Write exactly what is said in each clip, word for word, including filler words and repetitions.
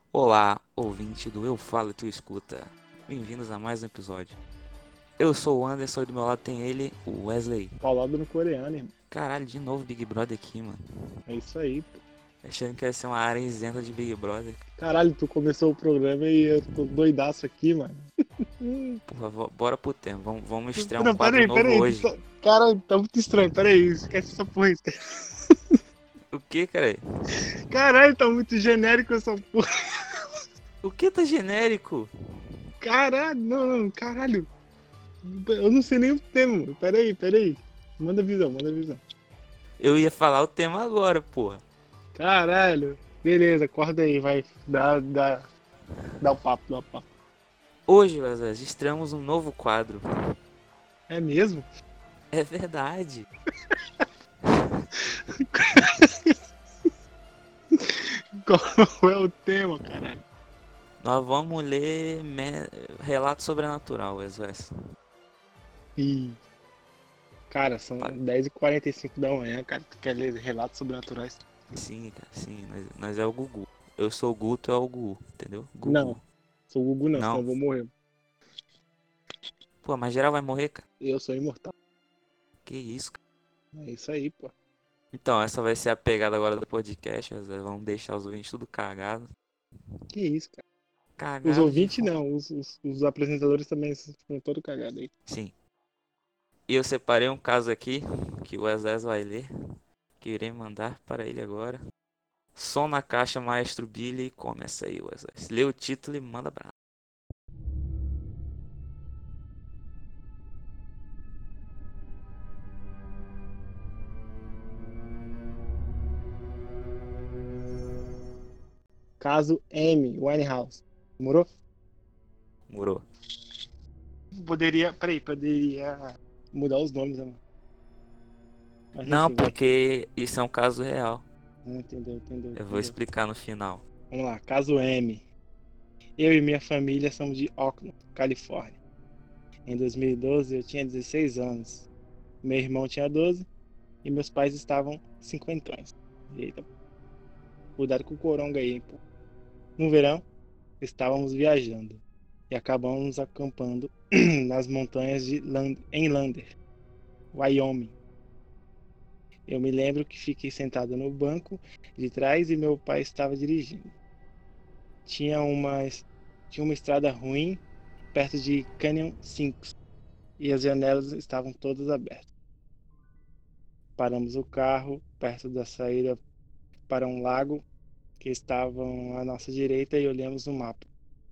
Olá, ouvinte do Eu Falo e Tu Escuta. Bem-vindos a mais um episódio. Eu sou o Anderson e do meu lado tem ele, o Wesley. Paulado no coreano, irmão. Caralho, de novo Big Brother aqui, mano. É isso aí, pô. Achando que ia ser uma área isenta de Big Brother. Caralho, tu começou o programa e eu tô doidaço aqui, mano. Porra, vo- bora pro tema. Vamos, vamos estrear um Não, quadro peraí, novo peraí. Tu hoje. tá... Caralho, tá muito estranho. Peraí, esquece essa porra. Esquece. O que, cara? Caralho, tá muito genérico essa porra. O que tá genérico? Caralho, não, não, caralho. Eu não sei nem o tema. Peraí, peraí. Manda visão, manda visão. Eu ia falar o tema agora, porra. Caralho. Beleza, acorda aí, vai. Dá, dá, dá o papo, dá o papo. Hoje, Wesley, estreamos um novo quadro. É mesmo? É verdade. Qual é o tema, caralho? Nós vamos ler me... Relato Sobrenatural, Wesley. Ih. Cara, são dez e quarenta e cinco da manhã, cara. Tu quer ler relatos sobrenaturais? Sim, cara, sim, nós, nós é o Gugu. Eu sou o Guto, é o Gugu, entendeu? Não, Gugu. sou o Gugu não, senão Não. eu vou morrer. Pô, mas geral vai morrer, cara. Eu sou imortal. Que isso, cara. É isso aí, pô. Então, essa vai ser a pegada agora do podcast. Nós vamos deixar os ouvintes tudo cagado. Que isso, cara. Os Cagado de ouvintes fome. não, os, os, os apresentadores também ficam todo cagados aí. Sim. E eu separei um caso aqui que o Wesley vai ler. Que irei mandar para ele agora. Som na caixa, Maestro Billy. Começa aí, Wesley. Lê o título e manda pra. Caso M. Winehouse. Demorou? Murou. Poderia. Peraí, poderia mudar os nomes, né, mano? Mas Não, enfim, vai. porque isso é um caso real. Não entendeu, entendeu, Eu vou entendeu. explicar no final. Vamos lá, caso M. Eu e minha família somos de Oakland, Califórnia. Em dois mil e doze eu tinha dezesseis anos. Meu irmão tinha doze e meus pais estavam cinquentões. Eita, cuidado com o coronga aí, pô. No verão, estávamos viajando e acabamos acampando nas montanhas de Land... em Lander, Wyoming. Eu me lembro que fiquei sentado no banco de trás e meu pai estava dirigindo. Tinha uma, Tinha uma estrada ruim perto de Canyon cinco e as janelas estavam todas abertas. Paramos o carro perto da saída para um lago que estavam à nossa direita e olhamos no mapa.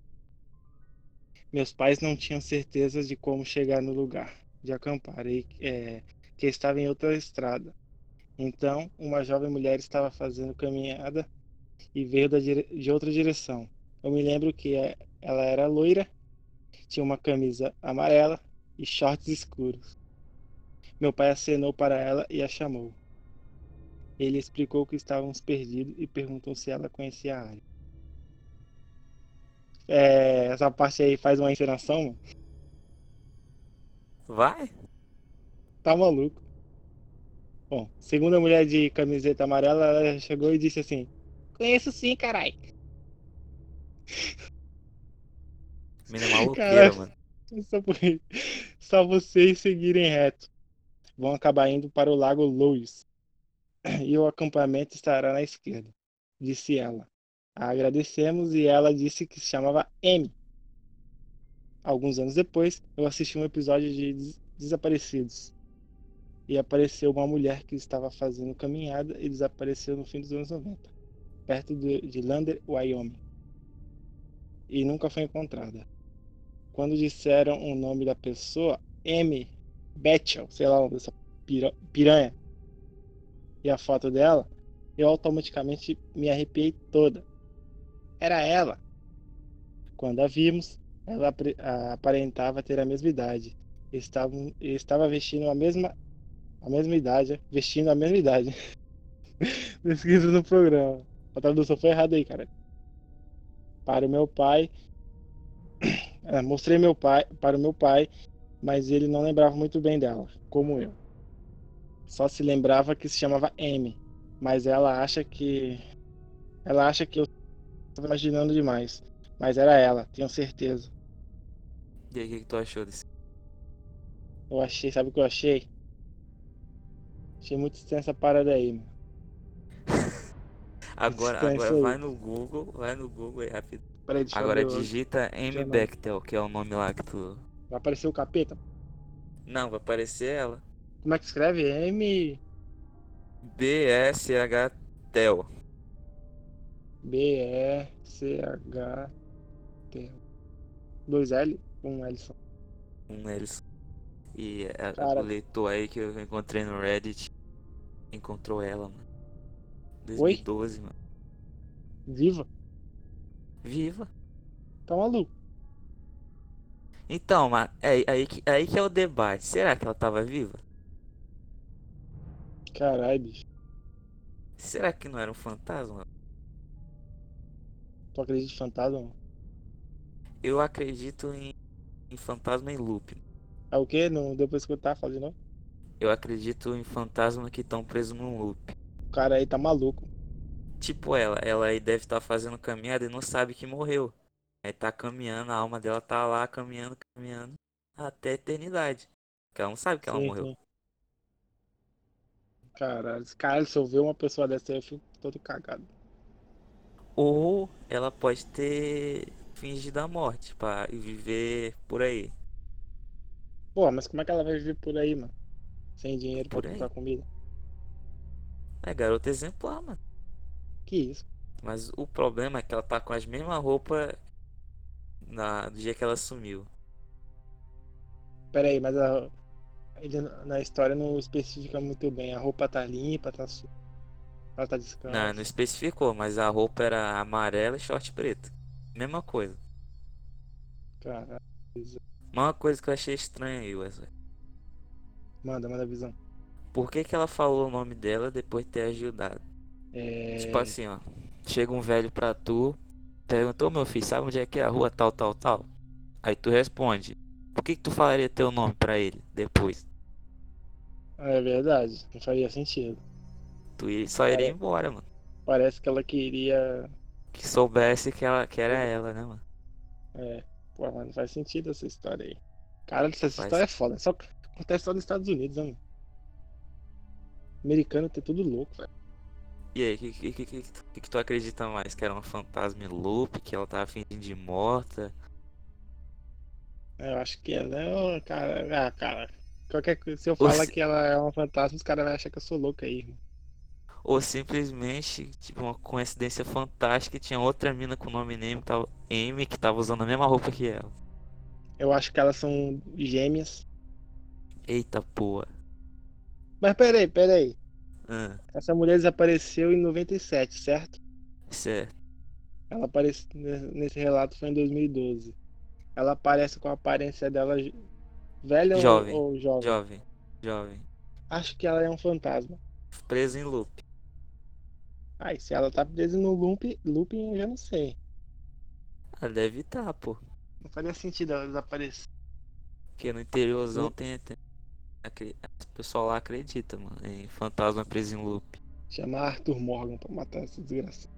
Meus pais não tinham certeza de como chegar no lugar de acampar, e, é, que estava em outra estrada. Então, uma jovem mulher estava fazendo caminhada e veio da dire... de outra direção. Eu me lembro que é, ela era loira, tinha uma camisa amarela e shorts escuros. Meu pai acenou para ela e a chamou. Ele explicou que estávamos perdidos e perguntou se ela conhecia a área. É, essa parte aí faz uma encenação, mano. Vai? Tá maluco. Bom, segundo a mulher de camiseta amarela, ela chegou e disse assim: Conheço sim, carai. Mina maloqueira, Cara, mano. só, por... só vocês seguirem reto. Vão acabar indo para o Lago Louis. E o acampamento estará na esquerda, disse ela. Agradecemos e ela disse que se chamava M. Alguns anos depois, eu assisti um episódio de Des- Desaparecidos. E apareceu uma mulher que estava fazendo caminhada e desapareceu no fim dos anos noventa, perto de, de Lander, Wyoming, e nunca foi encontrada. Quando disseram o nome da pessoa, M. Betchel, sei lá, dessa pira, piranha, e a foto dela, eu automaticamente me arrepiei toda. Era ela. Quando a vimos, ela aparentava ter a mesma idade. Estava, estava vestindo a mesma, a mesma idade, vestindo a mesma idade. Descrito no programa. A tradução foi errada aí, cara. Para o meu pai, é, mostrei meu pai para o meu pai, mas ele não lembrava muito bem dela, como eu. Só se lembrava que se chamava M, mas ela acha que ela acha que eu Tô imaginando demais. Mas era ela, tenho certeza. E aí, o que, que tu achou desse? Eu achei, sabe o que eu achei? Achei muito estranha essa parada aí, mano. Muito Agora, estranho agora isso aí. vai no Google, vai no Google aí rápido. Peraí, deixa eu abrir Agora o digita M. jornal. Bechtel, que é o nome lá que tu. Vai aparecer o capeta? Não, vai aparecer ela. Como é que escreve? M, B S H Tel. B, E, C, H, T. Dois L? Um L só. Um eles. E é, o Cara, leitor aí que eu encontrei no Reddit encontrou ela, mano. oi? dois mil e doze, mano. Viva? Viva. Tá maluco? Então, mas é aí que, aí que é o debate. Será que ela tava viva? Caralho, bicho. Será que não era um fantasma? Tu acredita em fantasma? Mano? Eu acredito em, em fantasma em loop. É o quê? Não deu pra escutar? Fala de novo. Eu acredito em fantasma que estão presos num loop. O cara aí tá maluco. Tipo ela, ela aí deve estar fazendo caminhada e não sabe que morreu. Aí tá caminhando, a alma dela tá lá caminhando, caminhando até a eternidade. Porque ela não sabe que ela Sim, morreu. sim. Caralho, caralho, se eu ver uma pessoa dessa aí, eu fico todo cagado. Ou ela pode ter fingido a morte pra viver por aí. Pô, mas como é que ela vai viver por aí, mano? Sem dinheiro pra Por aí. comprar comida? É garota exemplar, mano. Que isso? Mas o problema é que ela tá com as mesmas roupas na, do dia que ela sumiu. Pera aí, mas a, ele, na história não especifica muito bem. A roupa tá limpa, tá su... ela tá Não, não descalça. especificou, mas a roupa era amarela e short preto. Mesma coisa. Caralho. Uma coisa que eu achei estranha aí, Wesley. Manda, manda a visão. Por que que ela falou o nome dela depois de ter ajudado? Tipo É... assim, ó. Chega um velho pra tu, perguntou, meu filho, sabe onde é que é a rua tal, tal, tal? Aí tu responde. Por que que tu falaria teu nome pra ele depois? é verdade, não faria sentido. Tu i- só iria Pare- embora, mano. Parece que ela queria. Que soubesse que ela que era ela, né, mano? É... Pô, mas não faz sentido essa história aí. Cara, essa Faz. história é foda. Só acontece só nos Estados Unidos, né, mano? Americano tem tudo louco, velho. E aí, que, que, que, que, que que tu acredita mais? Que era uma fantasma em loop, que ela tava fingindo de morta? Eu acho que ela é. Uma- Cara, ah, cara. Qualquer coisa, se eu Ou, falar se- que ela é uma fantasma, os caras vão achar que eu sou louco aí, irmão. ou simplesmente, tipo, uma coincidência fantástica e tinha outra mina com o nome Name, que tava, Amy, que tava usando a mesma roupa que ela. Eu acho que elas são gêmeas. Eita porra. Mas peraí, peraí. Ah, Essa mulher desapareceu em noventa e sete, certo? certo. Ela aparece nesse relato foi em dois mil e doze. Ela aparece com a aparência dela jo- velha ou, Jovem, ou jovem? jovem, jovem. Acho que ela é um fantasma. Preso em loop. Ai, se ela tá presa no loop, looping, eu já não sei. Ela deve estar, pô. Não faria sentido ela desaparecer. Porque no interiorzão Hum, tem, tem. acre- O pessoal lá acredita, mano, em fantasma preso em loop. Chamar Arthur Morgan pra matar essa desgraça.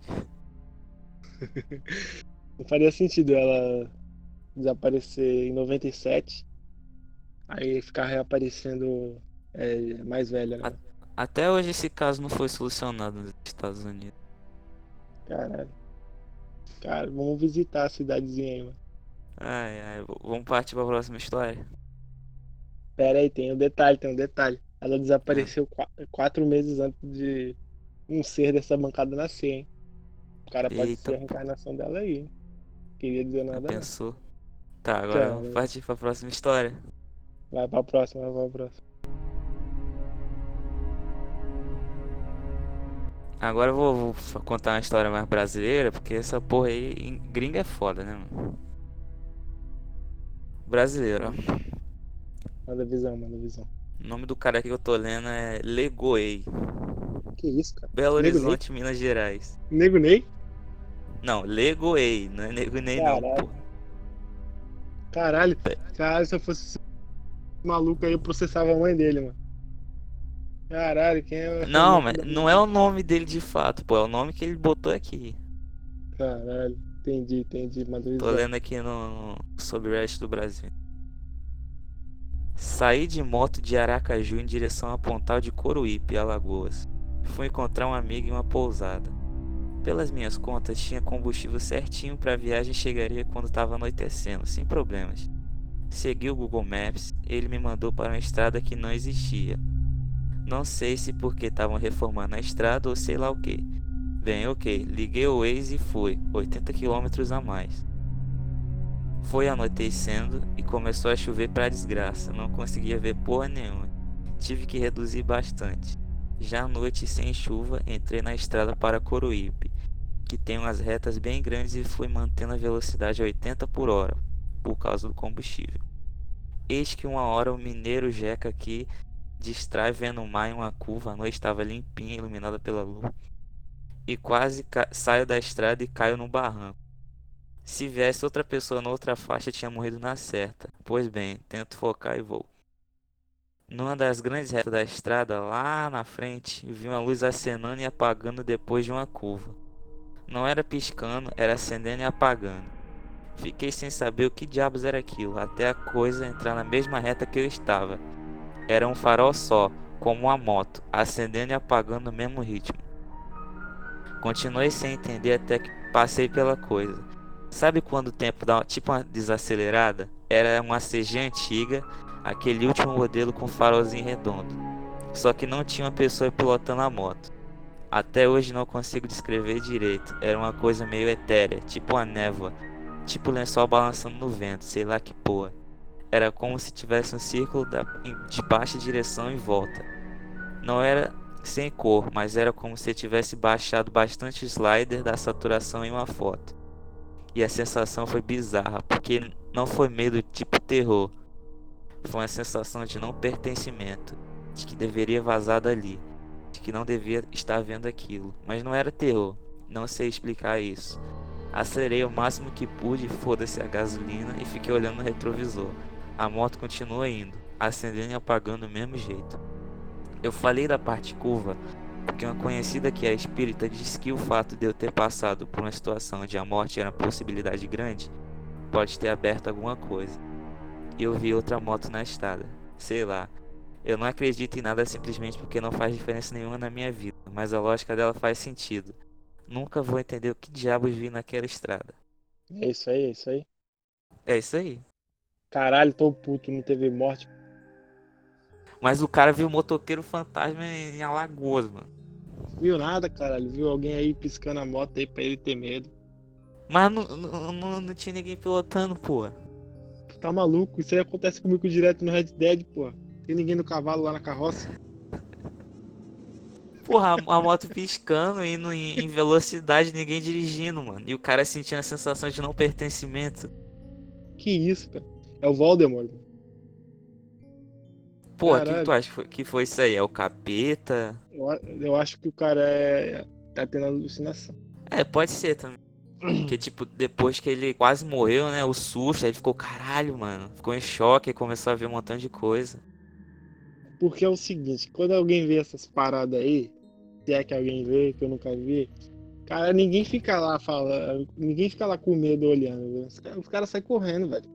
Não faria sentido ela desaparecer em noventa e sete, aí ficar reaparecendo é, mais velha, A- né? Até hoje esse caso não foi solucionado nos Estados Unidos. Caralho. Cara, vamos visitar a cidadezinha aí, mano. Ai, ai, v- vamos partir pra próxima história? Pera aí, tem um detalhe, tem um detalhe. Ela Ah, desapareceu qua- quatro meses antes de um ser dessa bancada nascer, hein? O cara pode eita, ser a pô, reencarnação dela aí, hein? Queria dizer já nada, não. pensou? Tá, agora Cara, vamos partir pra próxima história. vai pra próxima, vai pra próxima. Agora eu vou, vou fa- contar uma história mais brasileira, porque essa porra aí, em gringa é foda, né, mano? Brasileiro, ó. Manda visão, manda visão. O nome do cara que eu tô lendo é Legoei. Que isso, cara? Belo Nego Ney? Horizonte, Minas Gerais. Nego Ney? Não, Legoei, não é Nego Ney não, pô. Caralho. Caralho. Caralho, se eu fosse esse maluco aí, eu processava a mãe dele, mano. Caralho, quem é o Não, louco mas da não é mãe? o nome dele de fato, pô. É o nome que ele botou aqui. Caralho. Entendi, entendi. Mandou Tô risada. lendo aqui no sobre o resto do Brasil. Saí de moto de Aracaju em direção a Pontal de Coruípe, Alagoas. Fui encontrar um amigo em uma pousada. Pelas minhas contas, tinha combustível certinho para a viagem e chegaria quando estava anoitecendo, sem problemas. Segui o Google Maps, ele me mandou para uma estrada que não existia. Não sei se porque estavam reformando a estrada ou sei lá o que. Bem, ok, liguei o Waze e fui, oitenta quilômetros a mais. Foi anoitecendo e começou a chover pra desgraça, não conseguia ver porra nenhuma. Tive que reduzir bastante. Já à noite, sem chuva, entrei na estrada para Coruípe, que tem umas retas bem grandes e fui mantendo a velocidade a oitenta por hora, por causa do combustível. Eis que uma hora o mineiro Jeca aqui distrai vendo o mar em uma curva, a noite estava limpinha, iluminada pela lua, e quase saio da estrada e caio num barranco. Se viesse outra pessoa na outra faixa, tinha morrido na certa. Pois bem, tento focar e vou. Numa das grandes retas da estrada, lá na frente, vi uma luz acenando e apagando depois de uma curva. Não era piscando, era acendendo e apagando. Fiquei sem saber o que diabos era aquilo, até a coisa entrar na mesma reta que eu estava. Era um farol só, como uma moto, acendendo e apagando no mesmo ritmo. Continuei sem entender até que passei pela coisa. Sabe quando o tempo dá tipo uma desacelerada? Era uma C G antiga, aquele último modelo com farolzinho redondo. Só que não tinha uma pessoa pilotando a moto. Até hoje não consigo descrever direito. Era uma coisa meio etérea, tipo uma névoa, tipo lençol balançando no vento, sei lá que porra. Era como se tivesse um círculo da, de baixa direção em volta. Não era sem cor, mas era como se tivesse baixado bastante o slider da saturação em uma foto. E a sensação foi bizarra, porque não foi medo tipo terror. Foi uma sensação de não pertencimento, de que deveria vazar dali, de que não devia estar vendo aquilo. Mas não era terror, não sei explicar isso. Acelerei o máximo que pude, foda-se a gasolina, e fiquei olhando no retrovisor. A moto continua indo, acendendo e apagando do mesmo jeito. Eu falei da parte curva, porque uma conhecida que é espírita disse que o fato de eu ter passado por uma situação onde a morte era uma possibilidade grande, pode ter aberto alguma coisa. E eu vi outra moto na estrada. Sei lá. Eu não acredito em nada simplesmente porque não faz diferença nenhuma na minha vida, mas a lógica dela faz sentido. Nunca vou entender o que diabos vi naquela estrada. É isso aí, é isso aí. É isso aí. Caralho, tô puto, não teve morte. Mas o cara viu o motoqueiro fantasma em Alagoas, mano. Viu nada, caralho. Viu alguém aí piscando a moto aí pra ele ter medo. Mas não, não, não, não tinha ninguém pilotando, pô. Tu tá maluco? Isso aí acontece comigo direto no Red Dead, pô. Tem ninguém no cavalo lá na carroça. Porra, a, a moto piscando, indo em, em velocidade, ninguém dirigindo, mano. E o cara sentindo a sensação de não pertencimento. Que isso, cara? É o Voldemort, mano. Porra, o que, que tu Caralho. acha que foi, que foi isso aí? É o capeta? Eu, a- eu acho que o cara é... tá tendo alucinação. É, pode ser também. Porque, tipo, depois que ele quase morreu, né? O susto, aí ele ficou, caralho, mano. Ficou em choque e começou a ver um montão de coisa. Porque é o seguinte, quando alguém vê essas paradas aí, se é que alguém vê, que eu nunca vi, cara, ninguém fica lá falando, ninguém fica lá com medo olhando, velho. Os caras, os caras saem correndo, velho.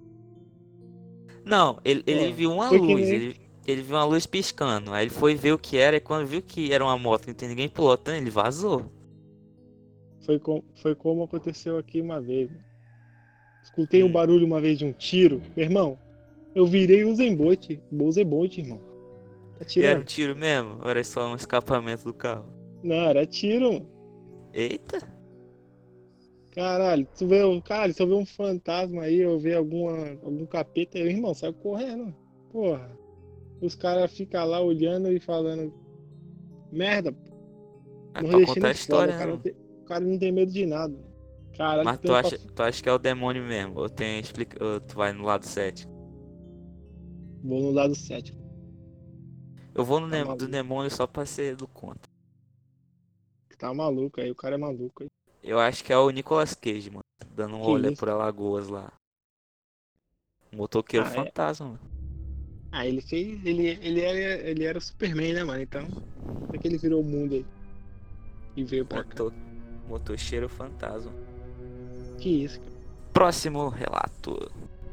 Não, ele, ele Pô, viu uma foi que luz, nem. ele, ele viu uma luz piscando. Aí ele foi ver o que era, e quando viu que era uma moto, não tem ninguém pilotando, ele vazou. Foi, com, foi como aconteceu aqui uma vez. Mano. Escutei um Hum. barulho uma vez de um tiro. Meu irmão, eu virei o Zenbolt. O Zenbolt, irmão. Tá E era um tirando? tiro mesmo? Ou era só um escapamento do carro? Não, era tiro, mano. Eita! Caralho, tu vê, um- caralho, se eu ver um fantasma aí, eu ver alguma, algum capeta, eu, irmão, sai correndo. Porra. Os caras ficam lá olhando e falando, merda, pô. É pra Nordestino contar é a foda, o história, né, cara não mano? tem, o cara não tem medo de nada. Caralho, Mas tu tanto pra... acha, tu acha que é o demônio mesmo? Ou tem explica, ou tu vai no lado sete? Vou no lado cético. Eu vou no Tá ne- do maluco. demônio só pra ser do contra. Tá maluco aí, o cara é maluco aí. Eu acho que é o Nicolas Cage, mano. Dando um Que rolê isso? por Alagoas lá. Um motoqueiro Ah, é. fantasma, mano. Ah, ele fez. Ele, ele, era, ele era o Superman, né, mano? Então, é que ele virou o mundo aí e veio pra cá. Moto, Motocheiro fantasma. Que isso, cara. Próximo relato.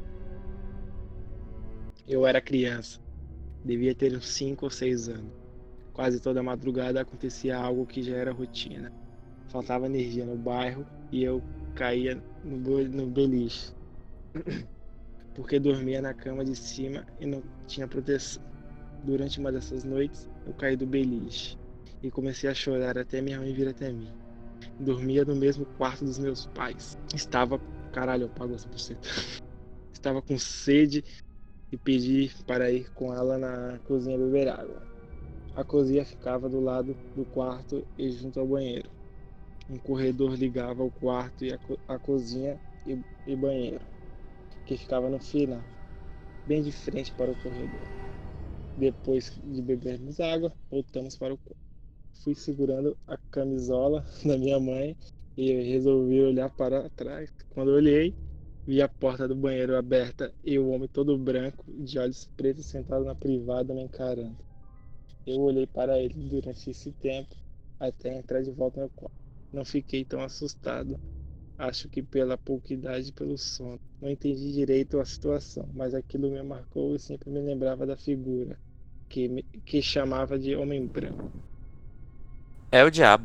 Eu era criança. Devia ter uns cinco ou seis anos. Quase toda madrugada acontecia algo que já era rotina. Faltava energia no bairro e eu caía no, bo- no beliche, porque dormia na cama de cima e não tinha proteção. Durante uma dessas noites, eu caí do beliche e comecei a chorar até minha mãe vir até mim. Dormia no mesmo quarto dos meus pais. Estava. Caralho, eu pago essa buceta. Estava com sede e pedi para ir com ela na cozinha beber água. A cozinha ficava do lado do quarto e junto ao banheiro. Um corredor ligava ao quarto e a, co a cozinha e, e banheiro, que ficava no final, bem de frente para o corredor. Depois de bebermos água, voltamos para o quarto. Fui segurando a camisola da minha mãe e resolvi olhar para trás. Quando olhei, vi a porta do banheiro aberta e o homem todo branco, de olhos pretos, sentado na privada, me encarando. Eu olhei para ele durante esse tempo até entrar de volta no quarto. Não fiquei tão assustado. Acho que pela pouca idade e pelo sono. Não entendi direito a situação, mas aquilo me marcou e sempre me lembrava da figura, que, me, que chamava de Homem Branco. É o diabo.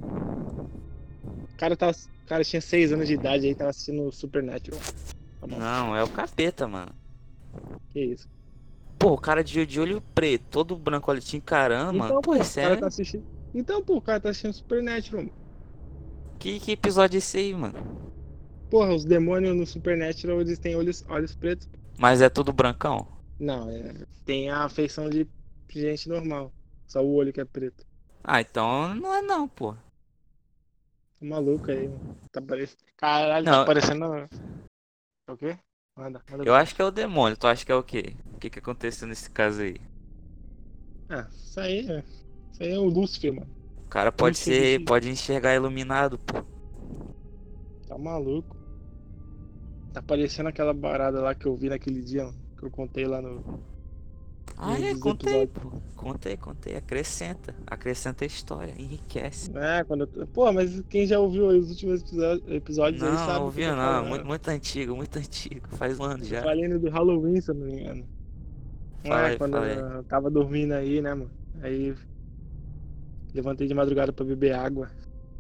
O cara, tava, o cara tinha seis anos de idade e aí tava assistindo Supernatural. Tá bom? Não, é o capeta, mano. Que isso? Pô, o cara de, de olho preto, todo branco ali te encarando, mano. Então, Pô, pô, o isso cara tá é. assistindo. Então, pô, o cara tá assistindo Supernatural. Mano. Que, que episódio é esse aí, mano? Porra, os demônios no Supernatural eles têm olhos, olhos pretos. Mas é tudo brancão? Não, é, tem a feição de gente normal. Só o olho que é preto. Ah, então não é não, pô. Tá maluco aí, mano. Tá parecendo. Caralho, tá Não, parecendo. O quê? Manda, manda eu ver. acho que é o demônio. Tu acha que é o quê? O que que aconteceu nesse caso aí? Ah, isso aí, é- isso aí é o Lúcifer, mano. O cara pode Lúcifer ser, vestido. pode enxergar iluminado, pô. Tá maluco. Tá parecendo aquela barada lá que eu vi naquele dia, mano, que eu contei lá no, em Ah, um é, dos contei, episódios. pô. Contei, contei. Acrescenta. Acrescenta a história, enriquece. É, quando eu... tô- Pô, mas quem já ouviu os últimos episódios, episódios aí Não, não sabe do que eu ouvi tô não. Muito, falando. muito antigo, muito antigo. Faz um ano Eu já. falei no do Halloween, se eu não me engano. Fala É, aí, quando fala aí. eu tava dormindo aí, né, mano? Aí levantei de madrugada pra beber água.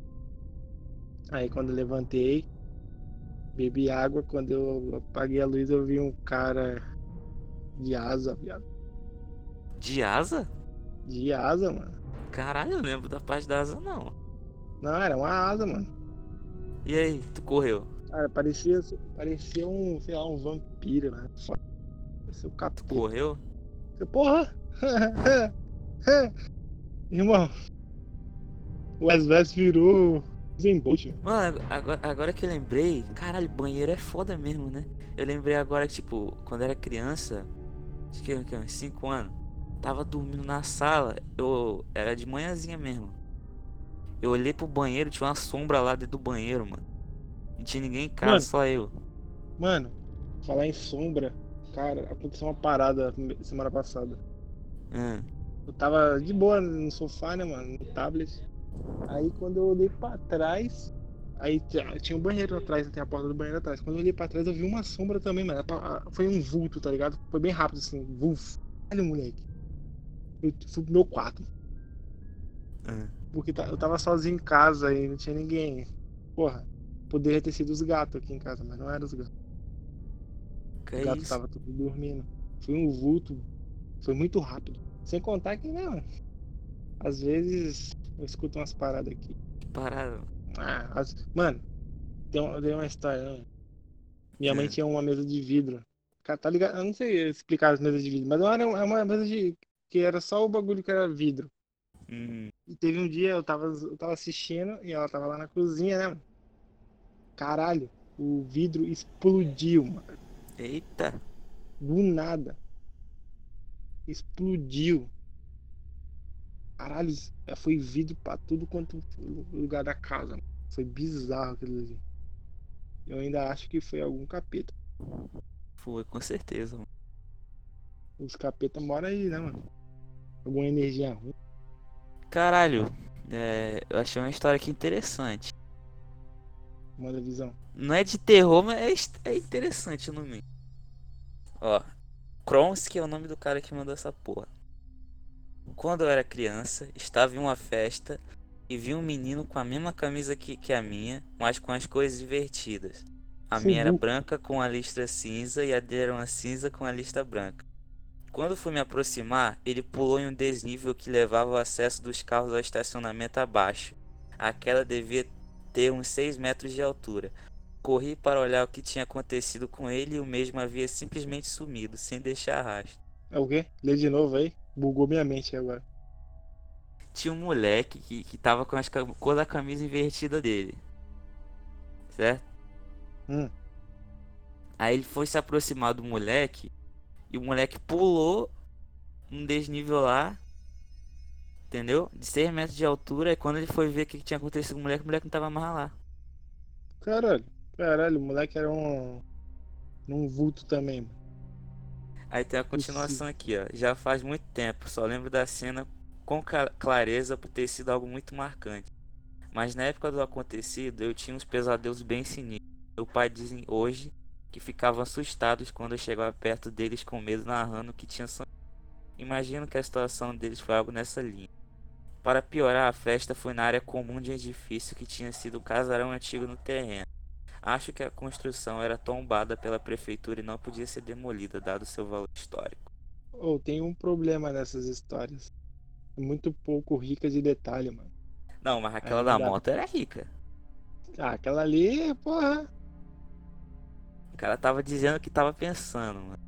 Aí quando eu levantei, bebi água. Quando eu apaguei a luz, eu vi um cara de asa, viado. De asa? De asa, mano. Caralho, eu lembro da parte da asa, não. Não, era uma asa, mano. E aí, tu correu? Cara, parecia, parecia um, sei lá, um vampiro, né? Parecia o Tu capeta. correu? Porra! Irmão, o Wes West virou Zen Bolt, velho. Mano, agora, agora que eu lembrei, caralho, banheiro é foda mesmo, né? Eu lembrei agora que, tipo, quando era criança, acho que, que uns cinco anos, tava dormindo na sala, eu era de manhãzinha mesmo. Eu olhei pro banheiro, tinha uma sombra lá dentro do banheiro, mano. Não tinha ninguém em casa, Mano, só eu. mano, falar em sombra, cara, aconteceu uma parada semana passada. Hum, Eu tava de boa no sofá, né, mano, no tablet. Aí quando eu olhei pra trás, aí t- tinha um banheiro atrás, tem a porta do banheiro atrás. Quando eu olhei pra trás, eu vi uma sombra também, mano. Apa- Foi um vulto, tá ligado? Foi bem rápido assim, vulto. Olha, moleque. Eu fui pro meu quarto. hum. Porque ta- eu tava sozinho em casa e não tinha ninguém. Porra, poderia ter sido os gatos aqui em casa, mas não eram os gatos. Que Os é gatos isso? estavam tudo dormindo. Foi um vulto, foi muito rápido. Sem contar que, não, às vezes eu escuto umas paradas aqui. Que parada. Ah, as- Mano, tem uma, tem uma história, né? Minha mãe Hum, tinha uma mesa de vidro. Cara, tá ligado? Eu não sei explicar as mesas de vidro, mas era uma, é uma mesa de que era só o bagulho que era vidro. hum. E teve um dia eu tava, eu tava assistindo e ela tava lá na cozinha, né, mano? Caralho, o vidro explodiu, mano. Eita. Do nada. Explodiu. Caralho, foi vidro pra tudo quanto lugar da casa, mano. Foi bizarro aquilo ali. Eu ainda acho que foi algum capeta. Foi, com certeza, mano. Os capeta moram aí, né, mano? Alguma energia ruim. Caralho, é, eu achei uma história aqui interessante. Manda visão. Não é de terror, mas é, est- é interessante o nome. Ó, Kronsky é o nome do cara que mandou essa porra. Quando eu era criança, estava em uma festa e vi um menino com a mesma camisa que, que a minha, mas com as cores invertidas. A minha era Fubu. branca com a listra cinza e a dele era uma cinza com a lista branca. Quando fui me aproximar, ele pulou em um desnível que levava o acesso dos carros ao estacionamento abaixo. Aquela devia ter uns seis metros de altura. Corri para olhar o que tinha acontecido com ele e o mesmo havia simplesmente sumido, sem deixar rastro. É o quê? Lê de novo aí. Bugou minha mente agora. Tinha um moleque que, que tava com a cor da camisa invertida dele, certo? Hum. Aí ele foi se aproximar do moleque e o moleque pulou um desnível lá, entendeu? De seis metros de altura. E quando ele foi ver o que tinha acontecido com o moleque, o moleque não tava mais lá. Caralho. Caralho, o moleque era um. Um vulto também, mano. Aí tem a Possível. continuação aqui, ó. Já faz muito tempo, só lembro da cena com ca- clareza por ter sido algo muito marcante. Mas na época do acontecido, eu tinha uns pesadelos bem sinistros. Meu pai dizem hoje que ficavam assustados quando eu chegava perto deles com medo, narrando que tinha sonhado. Imagino que a situação deles foi algo nessa linha. Para piorar, a festa foi na área comum de um edifício que tinha sido um casarão antigo no terreno. Acho que a construção era tombada pela prefeitura e não podia ser demolida, dado seu valor histórico. Ou tem um problema nessas histórias. É muito pouco rica de detalhe, mano. Não, mas aquela Aí da dá. moto era rica. Ah, aquela ali, porra. O cara tava dizendo o que tava pensando, mano.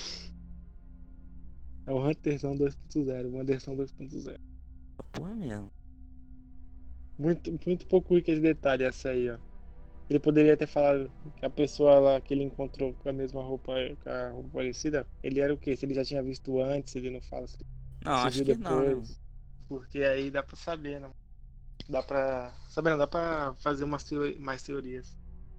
É o Hunterzão dois ponto zero, o Anderson dois ponto zero. Porra mesmo. Muito, muito pouco rica de detalhe essa aí, ó. Ele poderia ter falado que a pessoa lá que ele encontrou com a mesma roupa, com a roupa parecida, ele era o quê? Se ele já tinha visto antes, ele não fala se, Não, se acho viu que não, né, mano? depois. Porque aí dá pra saber, né? Dá pra. Saber, não, dá pra fazer umas teo- mais teorias.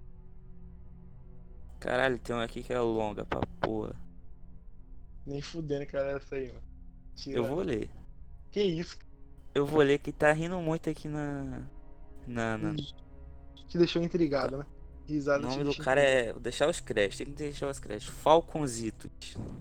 Caralho, tem um aqui que é longa pra porra. Nem fudendo que era essa aí, mano. Eu Tira. vou ler. Que isso? Eu vou ler que tá rindo muito aqui na. Na. na- Te deixou tá. intrigado, né? O Risada te nome do deixa cara intrigado. é. Vou deixar os créditos, tem que deixar os créditos. Falconzitos.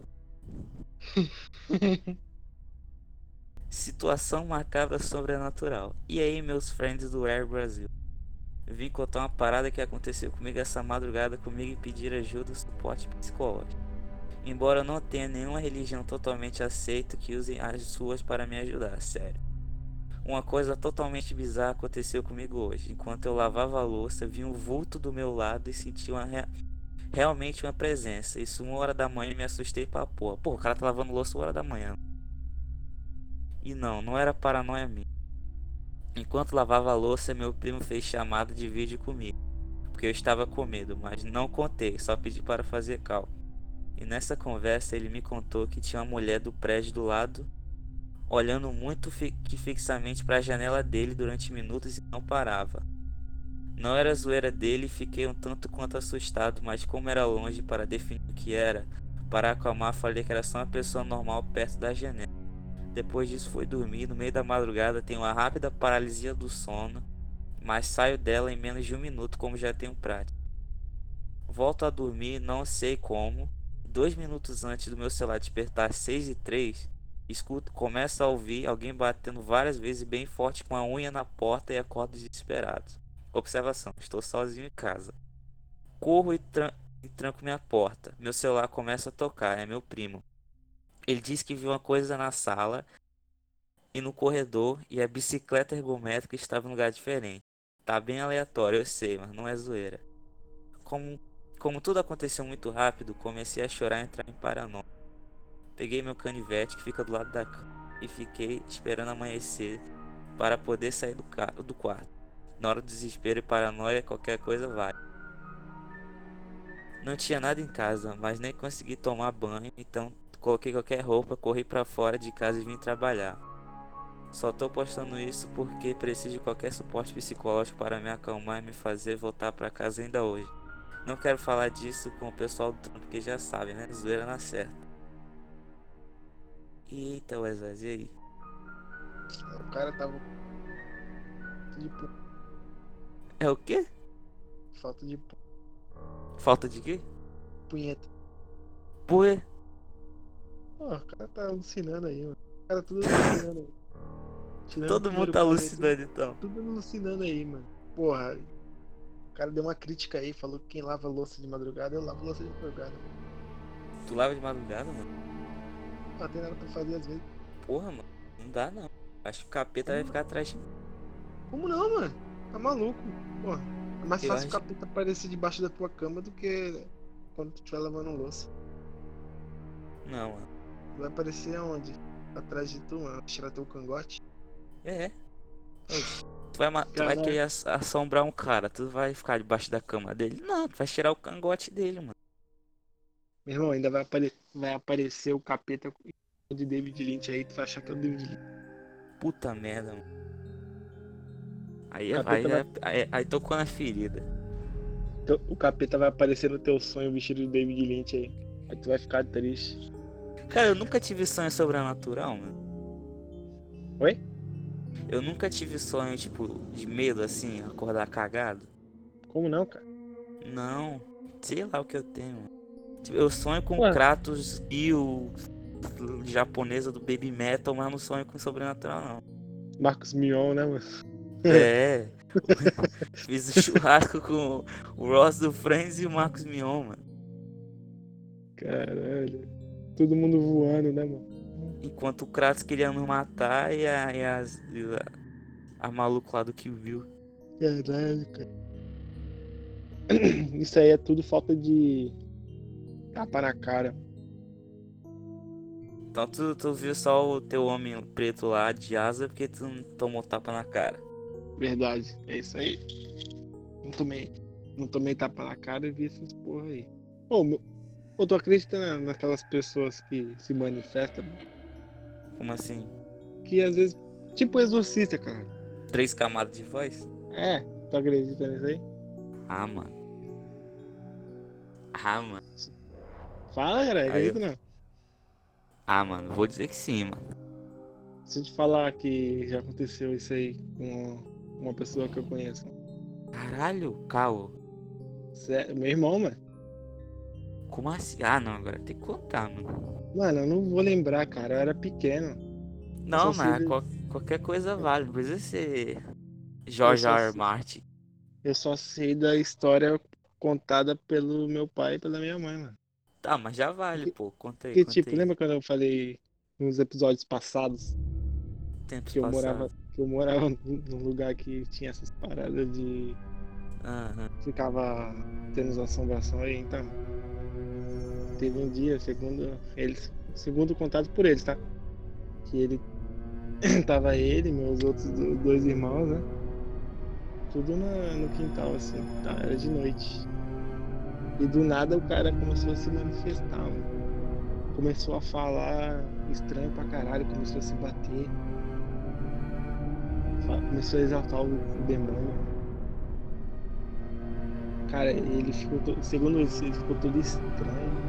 Situação macabra sobrenatural. E aí, meus friends do Air Brasil? Vim contar uma parada que aconteceu comigo essa madrugada comigo e pedir ajuda e suporte psicológico. Embora eu não tenha nenhuma religião totalmente aceita que usem as suas para me ajudar, sério. Uma coisa totalmente bizarra aconteceu comigo hoje. Enquanto eu lavava a louça, vi um vulto do meu lado e senti uma rea- realmente uma presença. Isso uma hora da manhã e me assustei pra porra. Pô, o cara tá lavando louça uma hora da manhã. E não, não era paranoia minha. Enquanto lavava a louça, meu primo fez chamada de vídeo comigo, porque eu estava com medo, mas não contei, só pedi para fazer call. E nessa conversa ele me contou que tinha uma mulher do prédio do lado, olhando muito fi que fixamente para a janela dele durante minutos e não parava. Não era zoeira dele e fiquei um tanto quanto assustado, mas como era longe para definir o que era, para acalmar falei que era só uma pessoa normal perto da janela. Depois disso fui dormir, no meio da madrugada tenho uma rápida paralisia do sono, mas saio dela em menos de um minuto como já tenho prática. Volto a dormir, não sei como. Dois minutos antes do meu celular despertar às seis e três, escuto, começo a ouvir alguém batendo várias vezes bem forte com a unha na porta e acordo desesperado. Observação, estou sozinho em casa. Corro e, tran e tranco minha porta. Meu celular começa a tocar, é meu primo. Ele diz que viu uma coisa na sala e no corredor e a bicicleta ergométrica estava em um lugar diferente. Tá bem aleatório, eu sei, mas não é zoeira. Como, como tudo aconteceu muito rápido, comecei a chorar e entrar em paranoia. Peguei meu canivete que fica do lado da cama e fiquei esperando amanhecer para poder sair do, do quarto. Na hora do desespero e paranoia, qualquer coisa vale. Não tinha nada em casa, mas nem consegui tomar banho, então coloquei qualquer roupa, corri para fora de casa e vim trabalhar. Só tô postando isso porque preciso de qualquer suporte psicológico para me acalmar e me fazer voltar para casa ainda hoje. Não quero falar disso com o pessoal do trampo, porque já sabe, né? Zoeira na certa. Eita, Wesley, e aí? O cara tava. Tipo, É o quê? Falta de Falta de quê? punheta. Pô, Pô, o cara tá alucinando aí, mano. O cara tudo alucinando aí. Tirando o todo mundo primeiro tá pau aí, tudo, alucinando então. tudo alucinando aí, mano. Porra, o cara deu uma crítica aí, falou que quem lava louça de madrugada, eu lavo louça de madrugada. Tu lava de madrugada, mano? Não tem nada pra fazer às vezes. Porra, mano. Não dá não. Acho que o capeta vai Como, ficar atrás de mim. como não, mano? Tá maluco? Porra, é mais Eu fácil o acho. capeta aparecer debaixo da tua cama do que quando tu estiver lavando louça. Não, mano. Vai aparecer aonde? Atrás de tu, mano. Tirar teu cangote. É. Oxi. Tu vai, ma- tu vai Caralho. querer ass- assombrar um cara. Tu vai ficar debaixo da cama dele? Não, tu vai tirar o cangote dele, mano. Meu irmão, ainda vai, apare... vai aparecer o capeta de David Lynch aí, tu vai achar que é o David Lynch. Puta merda, mano. O Aí é- vai. capeta vai, é- Aí, aí tocou na ferida. teu- o capeta vai aparecer no teu sonho vestido de David Lynch aí. Aí tu vai ficar triste. Cara, eu nunca tive sonho sobrenatural, mano. Oi? Eu nunca tive sonho, tipo, de medo, assim, acordar cagado. Como não, cara? Não. Sei lá o que eu tenho, mano. Tipo, eu sonho com Ué, Kratos e o japonesa do Baby Metal, mas não sonho com sobrenatural, não. Marcos Mion, né, mano? É. Fiz o churrasco com o Ross do Friends e o Marcos Mion, mano. Caralho. Todo mundo voando, né, mano? Enquanto o Kratos queria me matar e a, e as, e a, a maluca lá do Kill Bill. Caralho, cara. Isso aí é tudo falta de tapa na cara. Então tu, tu viu só o teu homem preto lá de asa porque tu não tomou tapa na cara. Verdade. É isso aí. Não tomei, não tomei tapa na cara e vi essas porra aí. Ô, meu, ô, tu acredita na- naquelas pessoas que se manifestam? Como assim? Que às vezes. Tipo exorcista, cara. Três camadas de voz? É, tu acredita nisso aí? Ah, mano. Ah, mano. Fala, cara, Aí acredita eu... não. Ah, mano, vou dizer que sim, mano. Se eu te falar que já aconteceu isso aí com uma pessoa que eu conheço. Caralho, Caô. Sério, meu irmão, mano. Como assim? Ah, não, agora tem que contar, mano. Mano, eu não vou lembrar, cara. Eu era pequeno. Eu só Não, sei, mas da- qual- qualquer coisa vale. Não precisa ser eu George só, R. R. sei- Martin. eu só sei da história contada pelo meu pai e pela minha mãe, mano. Tá, mas já vale, Porque, pô. Conta aí, porque, conta tipo, aí. lembra quando eu falei nos episódios passados Tempos que eu morava, passados. que eu morava num num lugar que tinha essas paradas de Aham. ficava tendo as assombrações aí, então teve um dia, segundo eles, segundo contado por eles, tá? Que ele tava ele, meus outros do- dois irmãos, né? Tudo na- no quintal assim, tá? Era de noite. E do nada o cara começou a se manifestar, mano. Começou a falar estranho pra caralho, começou a se bater, fa- começou a exaltar o, o demônio. Cara, ele ficou, to- segundo eles, ele ficou todo estranho.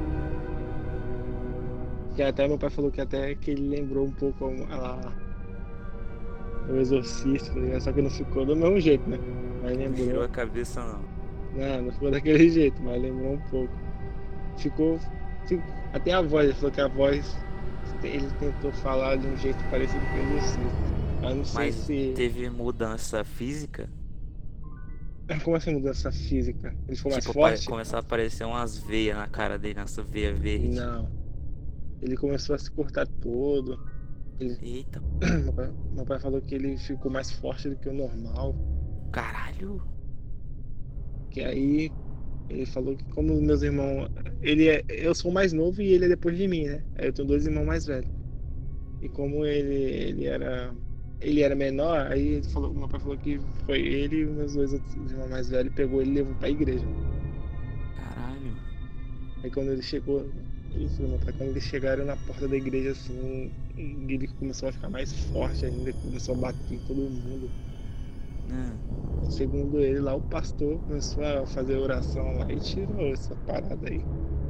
Que até meu pai falou que até que ele lembrou um pouco a, a- o Exorcista, tá ligado? Só que não ficou do mesmo jeito, né? Mas Não girou lembrou. a cabeça, não. Não, não ficou daquele jeito, mas lembrou um pouco. Ficou. fi- Até a voz, ele falou que a voz ele tentou falar de um jeito parecido com o Exorcista. Mas não sei Mas se. teve mudança física? Como assim mudança física? Ele ficou mais Tipo, apare- forte? começou a aparecer umas veias na cara dele, nessa veia verde. Não. Ele começou a se cortar todo. Ele- Eita, Meu pai, meu pai falou que ele ficou mais forte do que o normal. caralho. Que aí ele falou que como meus irmãos. Ele é, eu sou o mais novo e ele é depois de mim, né? Aí eu tenho dois irmãos mais velhos. E como ele, ele era. Ele era menor, aí ele falou, meu pai falou que foi ele e os meus dois outros irmãos mais velhos, pegou ele e levou pra igreja. Caralho. Aí quando ele chegou, isso, meu pai, quando eles chegaram na porta da igreja, assim, ele começou a ficar mais forte ainda, começou a bater em todo mundo. Hum, Segundo ele, lá o pastor começou a fazer oração lá e tirou essa parada aí.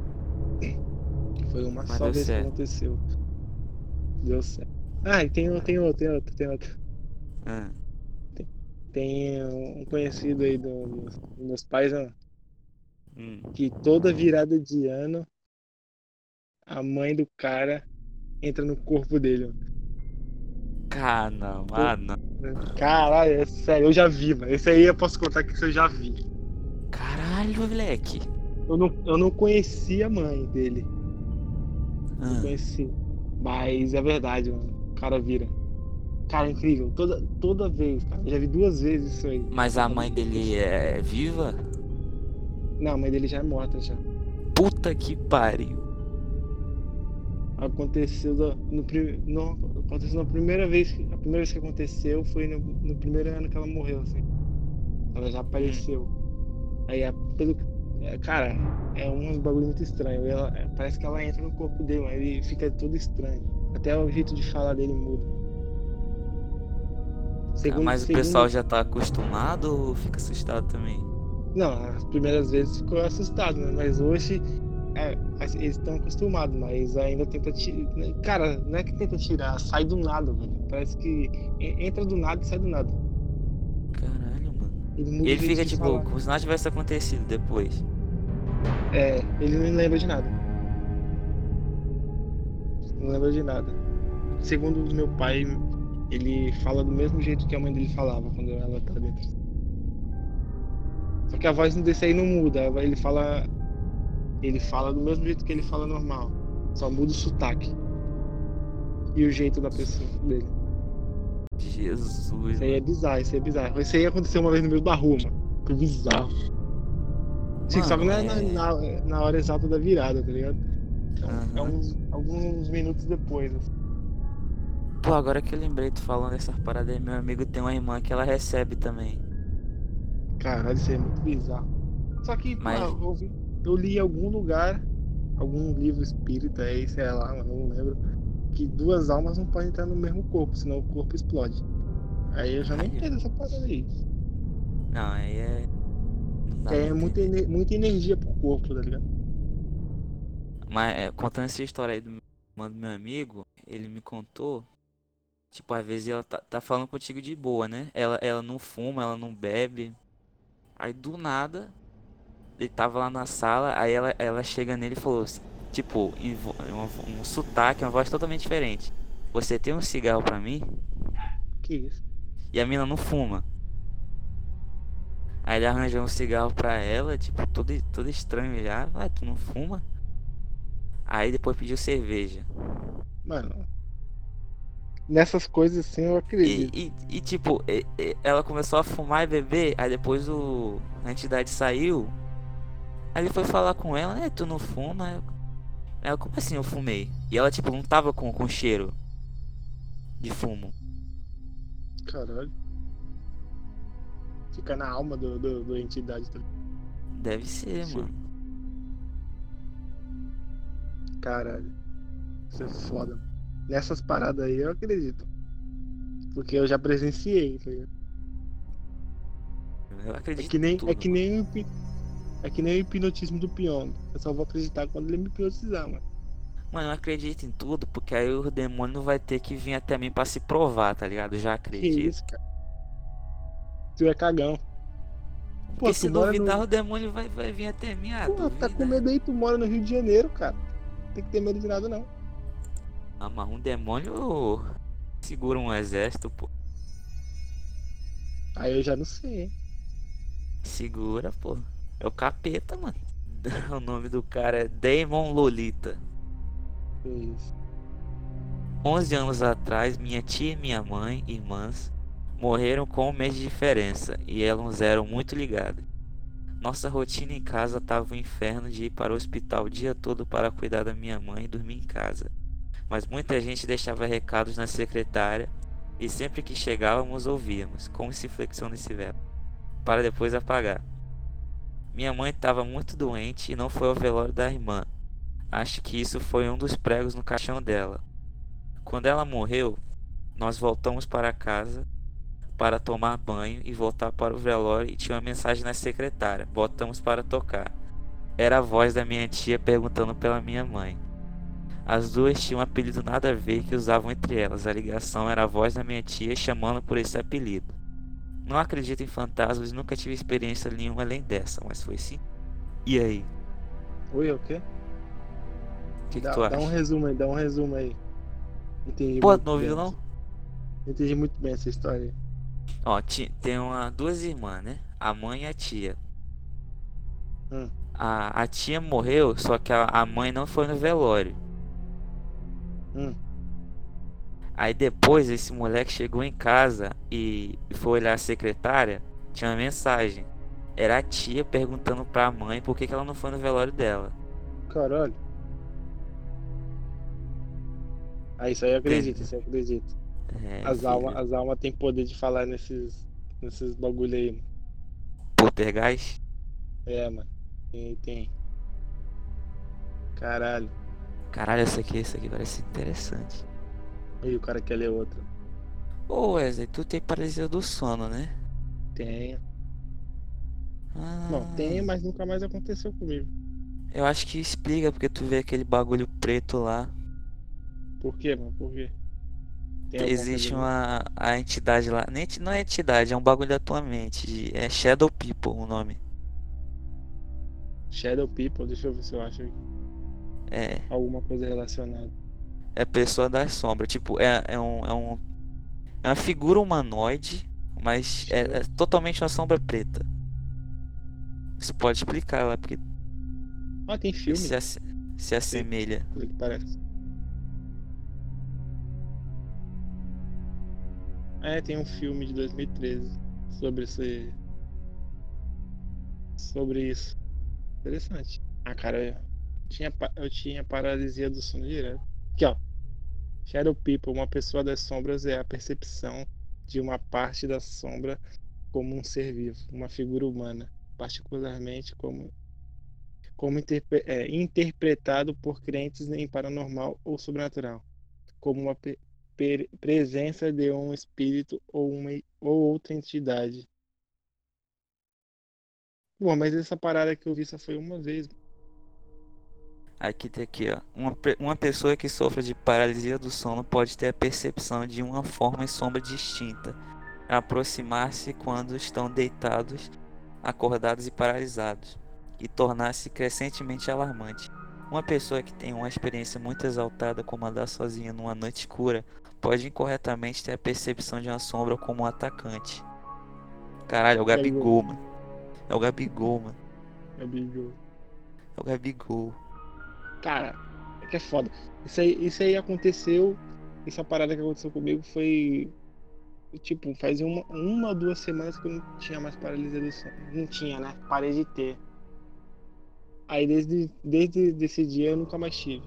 Foi uma mas só deu vez que certo. aconteceu. Deu certo. Ah, e tem, outro, tem outro, tem outro, tem outro. Hum, Tem um conhecido aí do- dos meus pais, né, Hum. que toda virada de ano a mãe do cara entra no corpo dele, mano. Cara, não, To- ah, não. Caralho, é sério, eu já vi, mano. Esse aí eu posso contar que isso eu já vi. Caralho, moleque. Eu não, eu não conhecia a mãe dele. Não Ah, conheci. Mas é verdade, mano. O cara vira. Cara, é incrível. Toda, toda vez, cara. Eu já vi duas vezes isso aí. mas a mãe dele Acontece. é viva? Não, a mãe dele já é morta já. Puta que pariu. Aconteceu da- no, pri- no, aconteceu na primeira vez. que- A primeira vez que aconteceu foi no, no primeiro ano que ela morreu, assim. Ela já Hum. apareceu. Aí, a- pelo, que- é, cara, é uns bagulho muito estranho. Ela, é, parece que ela entra no corpo dele, mas ele fica todo estranho. Até o jeito de falar dele muda. Ca- Segundo, Mas o pessoal segundo, já tá acostumado ou fica assustado também? não, as primeiras vezes ficou assustado, né? Mas hoje é, as- eles estão acostumados, mas ainda tenta tirar. Cara, não é que tenta tirar, sai do nada, velho. Parece que en- entra do nada e sai do nada. Caralho, mano. Ele E muda o ele jeito fica de tipo, falar. como se nada tivesse acontecido depois. É, ele não lembra de nada. Não lembra de nada. Segundo o meu pai, ele fala do mesmo jeito que a mãe dele falava quando ela tá dentro. Só que a voz desse aí não muda. Ele fala, ele fala do mesmo jeito que ele fala normal. Só muda o sotaque e o jeito da pessoa dele. Jesus, Isso aí é mano. bizarro, isso aí é bizarro. Isso aí aconteceu uma vez no meio da rua, mano. Que bizarro. Sim, só que Mano, não é na, é. na, na hora exata da virada, tá ligado? É, um- é Aham. uns, alguns minutos depois, assim. Pô, agora que eu lembrei, tu falando dessas paradas aí, meu amigo tem uma irmã que ela recebe também. Caralho, isso aí é muito bizarro. Só que, pô, Mas, eu, vi- eu li em algum lugar, algum livro espírita aí, sei lá, eu não lembro, que duas almas não podem estar no mesmo corpo, senão o corpo explode. Aí eu já não caralho. entendo essa parada aí. Não, aí é. Não Que dá aí pra é muita, entender. ener- muita energia pro corpo, tá ligado? Mas, é, contando essa história aí do, meu- do meu amigo, ele me contou. Tipo, às vezes ela tá, tá falando contigo de boa, né? Ela, ela não fuma, ela não bebe. Aí do nada, ele tava lá na sala, aí ela, ela chega nele e falou assim, tipo, em vo- um, um sotaque, uma voz totalmente diferente. Você tem um cigarro pra mim? Que isso? E a mina não fuma. Aí ele arranjou um cigarro pra ela, tipo, todo, todo estranho já. Vai, tu não fuma? Aí depois pediu cerveja. Mano, nessas coisas assim eu E, acredito. e, e, tipo, e- e- ela começou a fumar e beber. Aí depois o, a entidade saiu. Aí ele foi falar com ela, né? Tu não fuma? Ela, como assim eu fumei? E ela, tipo, não tava com, com cheiro de fumo. Caralho. Fica na alma do, do, do entidade também. Deve ser, Sim. mano. Caralho. Isso é foda, mano. Nessas paradas aí eu acredito. Porque eu já presenciei, tá ligado? Eu É acredito que em nem, é tudo, que mano. nem, o hipi- é que nem o hipnotismo do Pyong. Eu só vou acreditar quando ele me hipnotizar, mano. Mano, eu acredito em tudo, porque aí o demônio não vai ter que vir até mim pra se provar, tá ligado? Eu já Que acredito. isso, cara? Tu é cagão. Pô, Porque tu se mora duvidar, no. o demônio vai, vai vir até mim. Ah, Pô, tá com duvida. medo aí, tu mora no Rio de Janeiro, cara. Não tem que ter medo de nada, não. Ah, mas um demônio segura um exército, pô. Aí eu já não sei, hein? Segura, pô. É o capeta, mano. O nome do cara é Damon Lolita. Que isso. onze anos atrás, minha tia e minha mãe, irmãs, morreram com um mês de diferença e elas eram muito ligadas. Nossa rotina em casa estava um inferno de ir para o hospital o dia todo para cuidar da minha mãe e dormir em casa. Mas muita gente deixava recados na secretária e sempre que chegávamos ouvíamos, como se flexão nesse verbo, para depois apagar. Minha mãe estava muito doente e não foi ao velório da irmã. Acho que isso foi um dos pregos no caixão dela. Quando ela morreu, nós voltamos para casa para tomar banho e voltar para o velório e tinha uma mensagem na secretária. Botamos para tocar. Era a voz da minha tia perguntando pela minha mãe. As duas tinham um apelido nada a ver que usavam entre elas. A ligação era a voz da minha tia chamando por esse apelido. Não acredito em fantasmas, nunca tive experiência nenhuma além dessa, mas foi sim. E aí, Oi, é o quê? o que que Dá, tu dá um acha? resumo aí, dá um resumo aí. Entendi Pô, muito não ouviu bem. não? Entendi muito bem essa história. Ó, ti- tem uma, duas irmãs, né? A mãe e a tia. Hum, A, a tia morreu, só que a, a mãe não foi no velório. hum. Aí depois esse moleque chegou em casa e foi olhar a secretária, tinha uma mensagem. Era a tia perguntando pra mãe por que que ela não foi no velório dela. Caralho. Ah, isso aí eu acredito, Entendeu? isso aí eu acredito. É, As almas, filho. as almas têm poder de falar nesses, nesses bagulho aí, mano. Poltergeist? É, mano. Tem, tem. Caralho. Caralho, essa aqui, essa aqui parece interessante. E o cara quer ler outra. Ô Wesley, tu tem paralisia do sono, né? Tem. Não, tem, Ah, mas nunca mais aconteceu comigo. eu acho que explica porque tu vê aquele bagulho preto lá. Por quê, mano? Por quê? Tem alguma coisa a Existe ver? uma a entidade lá. Nem, enti- não é entidade, é um bagulho da tua mente. de- É Shadow People o nome. Shadow People, deixa eu ver se eu acho É, alguma coisa relacionada. é pessoa das sombras. Tipo, é, é um, é um É uma figura humanoide, mas é, é Shadow. totalmente uma sombra preta. Você pode explicar lá, porque Ah, tem ele se, filme. asse- se Sei assemelha. o que parece. É, tem um filme de dois mil e treze sobre esse, sobre isso. Interessante. Ah, cara, eu tinha, pa- eu tinha paralisia do sono direto. Aqui, ó. Shadow People, uma pessoa das sombras é a percepção de uma parte da sombra como um ser vivo, uma figura humana, particularmente como, como interpre- é, interpretado por crentes em paranormal ou sobrenatural, como uma pe- per- presença de um espírito ou, uma, ou outra entidade. Bom, mas essa parada que eu vi só foi uma vez. Aqui tem aqui, ó. Uma, pe- uma pessoa que sofre de paralisia do sono pode ter a percepção de uma forma e sombra distinta, aproximar-se quando estão deitados, acordados e paralisados, e tornar-se crescentemente alarmante. Uma pessoa que tem uma experiência muito exaltada como andar sozinha numa noite escura pode incorretamente ter a percepção de uma sombra como um atacante. Caralho, é o Gabigol. Gabigol, mano. É o Gabigol, mano. Gabigol. É o Gabigol. Cara, é que é foda. Isso aí, isso aí aconteceu. Essa parada que aconteceu comigo foi. Tipo, fazia uma, uma ou duas semanas que eu não tinha mais paralisia do sono. Não tinha, né? Parei de ter. Aí desde, desde esse dia eu nunca mais tive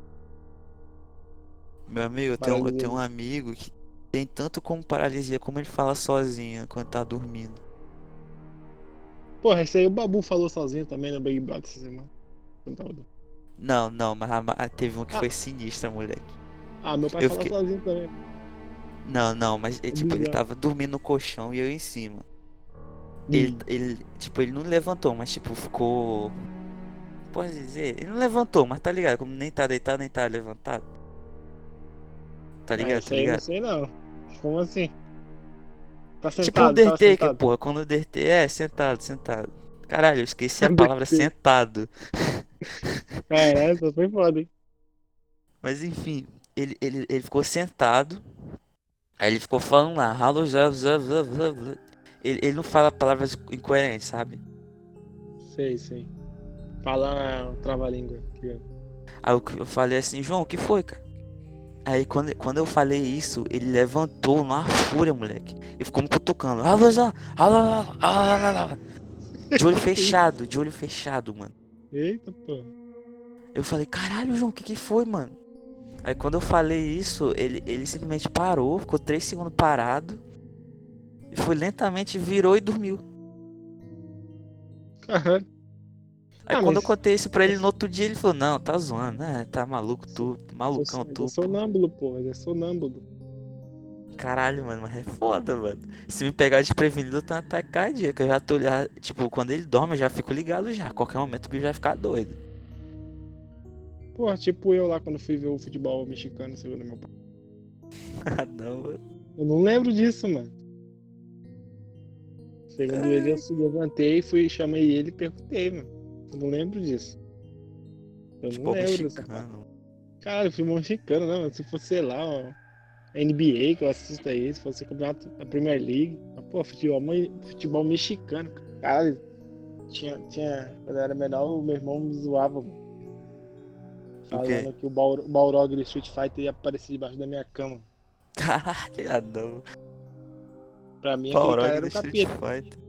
Meu amigo, eu tenho, eu paralisia tenho do um sono. amigo que tem tanto como paralisia, como ele fala sozinho quando tá dormindo. Porra, isso aí o Babu falou sozinho também no Big Brother essa semana. Quando tava dormindo. Não, não, mas a- a- teve um que Ah, foi sinistra, moleque. ah, meu pai Eu fala fiquei. sozinho também. Não, não, mas é, É tipo, ele bizarro. tava dormindo no colchão e eu em cima. Ele, Hum. ele, tipo, ele não levantou, mas tipo, ficou. Pode dizer, ele não levantou, mas tá ligado? Como nem tá deitado, nem tá levantado. Tá Ah, ligado, isso tá aí eu não ligado? sei não. Como assim? Tá Tipo o sentado? Tava Undertaker, sentado? porra. Quando o Undertaker. É, sentado, sentado. Caralho, eu esqueci a palavra Deitei. sentado. Caralho, essa foi foda, hein? Mas enfim, ele, ele, ele ficou sentado. Aí ele ficou falando lá. "Halo, zá, zá, zá, zá, zá." Ele, ele não fala palavras incoerentes, sabe? Sei, sei. Fala trava-língua. Aqui, ó. Aí eu, eu falei assim, João, o que foi, cara? Aí quando, quando eu falei isso, ele levantou numa fúria, moleque. E ficou me cutucando. "Halo, zá, halo, halo, halo, halo, halo." De olho fechado, de olho fechado, mano. Eita, pô. Eu falei, caralho, João, o que que foi, mano? Aí quando eu falei isso, ele, ele simplesmente parou, ficou três segundos parado. E foi lentamente, virou e dormiu. Caralho. Aí Ah, quando eu mas. contei isso pra ele no Mas outro dia, ele falou, não, tá zoando, né? Tá maluco sou, tu, sou, malucão mas é tu, pô. sonâmbulo, pô. Mas é sonâmbulo. Caralho, mano, mas é foda, mano. Se me pegar desprevenido, eu tenho um ataque cardíaco. Eu já tô, já, tipo, quando ele dorme, eu já fico ligado já. A qualquer momento o bicho vai ficar doido. Pô, tipo eu lá quando fui ver o futebol mexicano, segundo meu pai. Ah, não, mano. Eu não lembro disso, mano. Segundo ele, eu se levantei, fui, chamei ele e perguntei, mano. Eu não lembro disso. Eu não Futebol lembro dessa parte. mexicano. Cara, filme mexicano, né, mano? Se fosse, sei lá, ó, N B A que eu assisto aí, se fosse campeonato da Premier League. Mas, pô, futebol, me- futebol mexicano. Cara, tinha, tinha. Quando eu era menor, o meu irmão me zoava, mano, O quê? falando que o Baur- o Balrog do Street Fighter ia aparecer debaixo da minha cama. Caralho, Adão. Pra mim, aquele cara Balrog era do o Street capeta. Fighter.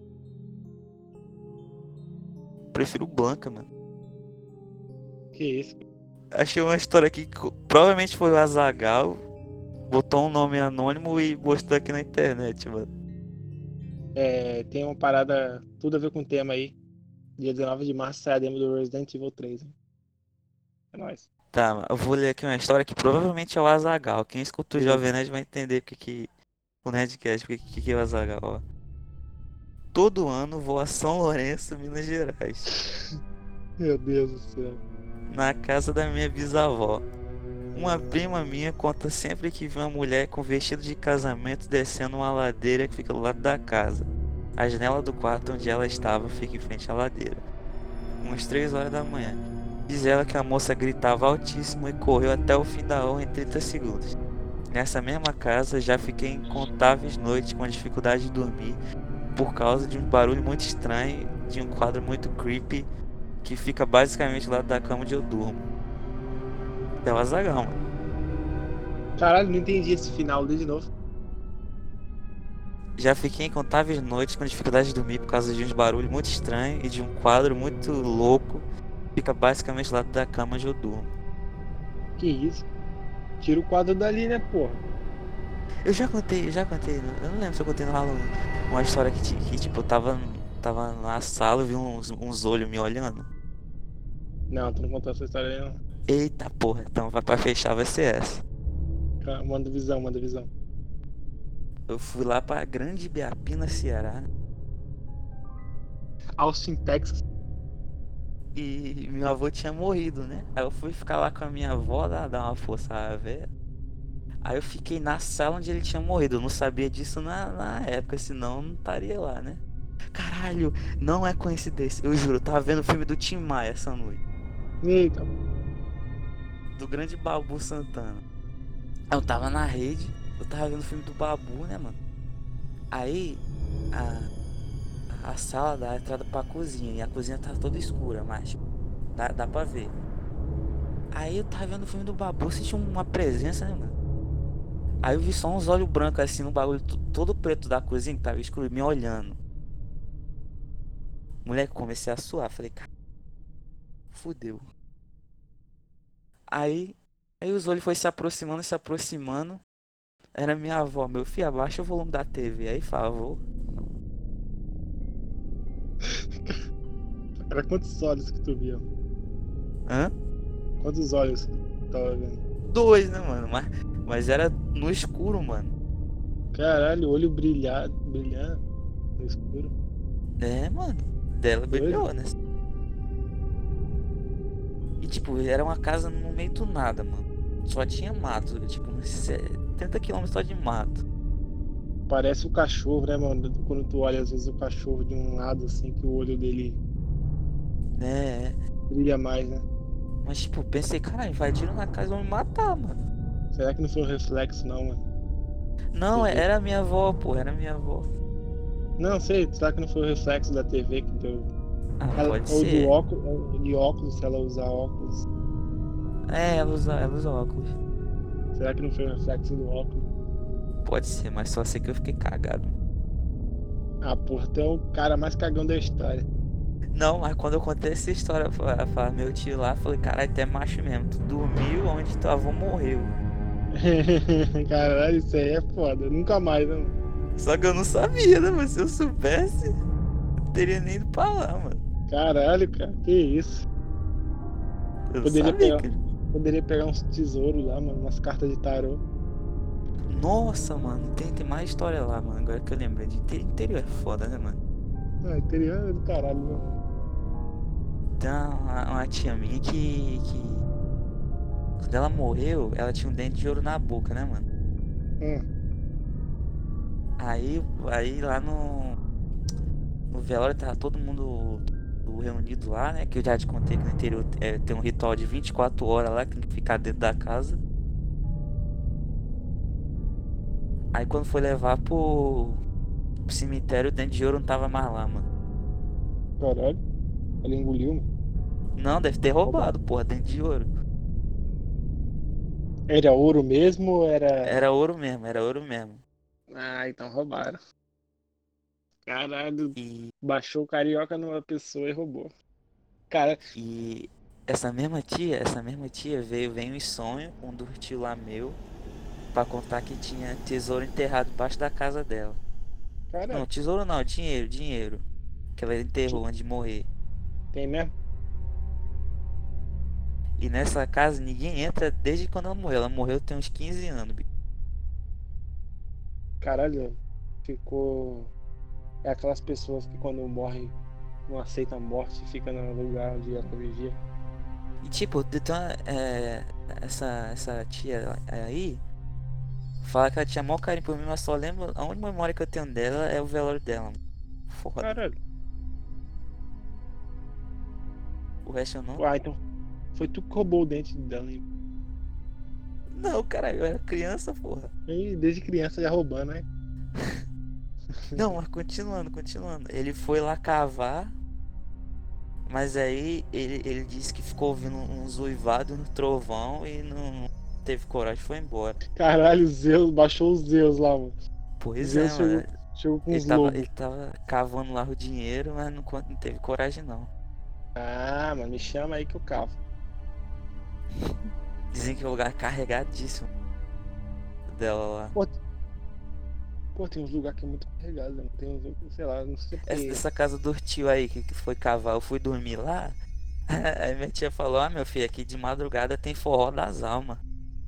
Prefiro o Blanca, mano. Que isso? Achei uma história aqui que co- provavelmente foi o Azaghal. Botou um nome anônimo e postou aqui na internet, mano. É, tem uma parada, tudo a ver com o tema aí. Dia dezenove de março sai a demo do Resident Evil três, hein? É nóis. Tá, eu vou ler aqui uma história que provavelmente é o Azaghal. Quem escuta o Jovem Nerd vai entender o que que... O Nerdcast, o que que que é o Azaghal, ó. Todo ano vou a São Lourenço, Minas Gerais. Meu Deus do céu. Na casa da minha bisavó. Uma prima minha conta sempre que vê uma mulher com vestido de casamento descendo uma ladeira que fica do lado da casa. A janela do quarto onde ela estava fica em frente à ladeira. Umas três horas da manhã. Diz ela que a moça gritava altíssimo e correu até o fim da rua em trinta segundos. Nessa mesma casa já fiquei incontáveis noites com a dificuldade de dormir por causa de um barulho muito estranho, de um quadro muito creepy que fica basicamente do lado da cama onde eu durmo. É o Azaghal, mano. Caralho, não entendi esse final, lê de novo. Já fiquei incontáveis noites com dificuldade de dormir por causa de um barulho muito estranho e de um quadro muito louco que fica basicamente do lado da cama onde eu durmo. Que isso? Tira o quadro dali, né, porra? Eu já contei, eu já contei, eu não lembro se eu contei no Halloween, uma história que, ti- que tipo, eu tava, tava na sala e vi uns, uns olhos me olhando. Não, tu não contou essa história aí, não. Eita porra, então vai pra fechar vai ser essa. Ca- Manda visão, manda visão. Eu fui lá pra Grande Ibiapina, Ceará, Austin, Texas. e meu avô tinha morrido, né? Aí eu fui ficar lá com a minha avó, dar, dar uma força à véia. Aí eu fiquei na sala onde ele tinha morrido. Eu não sabia disso na, na época, senão eu não estaria lá, né? Caralho, não é coincidência. Eu juro, eu tava vendo o filme do Tim Maia essa noite. Eita, Do grande Babu Santana. Eu tava na rede, eu tava vendo o filme do Babu, né, mano? Aí, a, a sala dá a entrada pra cozinha. E a cozinha tá toda escura, mas dá, dá pra ver. Aí eu tava vendo o filme do Babu, senti uma presença, né, mano? Aí eu vi só uns olhos brancos assim no bagulho to- todo preto da cozinha que tava escuro, me olhando. Moleque, comecei a suar. Falei, cara, fudeu. Aí, aí os olhos foi se aproximando, se aproximando. Era minha avó, meu filho, abaixa o volume da T V aí, favor. era quantos olhos que tu viu? Hã? Quantos olhos que tu tava vendo? Dois, né, mano? Mas, mas era no escuro, mano. Caralho, olho brilhado, brilhando no escuro. É, mano. Dela Doido. brilhou, né? E tipo, era uma casa no meio do nada, mano. Só tinha mato, tipo, uns setenta quilômetros só de mato. Parece o cachorro, né, mano? Quando tu olha, às vezes, o cachorro de um lado, assim, que o olho dele É, brilha mais, né? mas tipo, pensei, cara, invadiram na casa e vão me matar, mano. Será que não foi um reflexo, não, mano? Não, T V? era minha avó, pô, era minha avó. Não, sei, será que não foi o reflexo da T V que deu? Ah, Ela- pode ou do ser. óculos, ou de óculos, se ela usar óculos. É, ela usa, ela usa óculos. Será que não foi o reflexo do óculos? Pode ser, mas só sei que eu fiquei cagado. Ah, porra, tu é o cara mais cagão da história. Não, mas quando eu contei essa história pra, pra meu tio lá, eu falei, caralho, tu é macho mesmo. Tu dormiu onde tua avó morreu. Caralho, isso aí é foda. Nunca mais, né, mano? Só que eu não sabia, né? Mas se eu soubesse, eu não teria nem ido pra lá, mano. Caralho, cara, que isso? Eu não Poderia sabia pegar, que. poderia pegar uns tesouros lá, mano, umas cartas de tarô. Nossa, mano, tem, tem mais história lá, mano. Agora que eu lembrei. De inte- interior é foda, né, mano? Ah, interior é do caralho, né? Tem uma, uma tia minha que, que. Quando ela morreu, ela tinha um dente de ouro na boca, né, mano? Hum, Aí, aí lá no. no velório tava todo mundo reunido lá, né? Que eu já te contei que no interior é, tem um ritual de vinte e quatro horas lá que tem que ficar dentro da casa. Aí quando foi levar pro, pro cemitério, o dente de ouro não tava mais lá, mano. Caralho. Ele engoliu, mano. Não, deve ter roubado, Roubaram. porra, dente de ouro. Era ouro mesmo ou era. Era ouro mesmo, era ouro mesmo. Ah, então roubaram. Caralho. E, Baixou o carioca numa pessoa e roubou. Cara, e essa mesma tia, essa mesma tia veio, veio em sonho, um dos tio lá meu, pra contar que tinha tesouro enterrado debaixo da casa dela. Não, caralho. tesouro não, dinheiro, dinheiro. Que ela ti- enterrou antes de morrer. Tem mesmo? E nessa casa ninguém entra desde quando ela morreu. Ela morreu tem uns quinze anos, bicho. Caralho. Ficou. É aquelas pessoas que quando morrem não aceitam a morte e fica no lugar onde ela vivia. E tipo, então, é, essa, essa tia aí fala que ela tinha maior carinho por mim, mas só lembro. A única memória que eu tenho dela é o velório dela, mano. Foda. Caralho. O resto eu não. Ah, então foi tu que roubou o dente dela. hein? Não, cara, eu era criança, porra. E desde criança já roubando, né? Não, mas continuando, continuando. Ele foi lá cavar, mas aí ele, ele disse que ficou ouvindo uns uivados no trovão e não teve coragem e foi embora. Caralho, Zeus, baixou os Zeus lá, mano. Pois é, Zeus mano. chegou, chegou com Ele os tava, lobos. ele tava cavando lá o dinheiro, mas não, con- não teve coragem não. Ah, mano, me chama aí que eu cavo. Dizem que é um lugar carregadíssimo dela lá. Pô, pô, tem uns lugares que é muito carregado, né? Tem uns, sei lá, não sei Essa, porque. essa casa do tio aí que, que foi cavar, eu fui dormir lá. Aí minha tia falou: Ah, meu filho, aqui de madrugada tem forró das almas.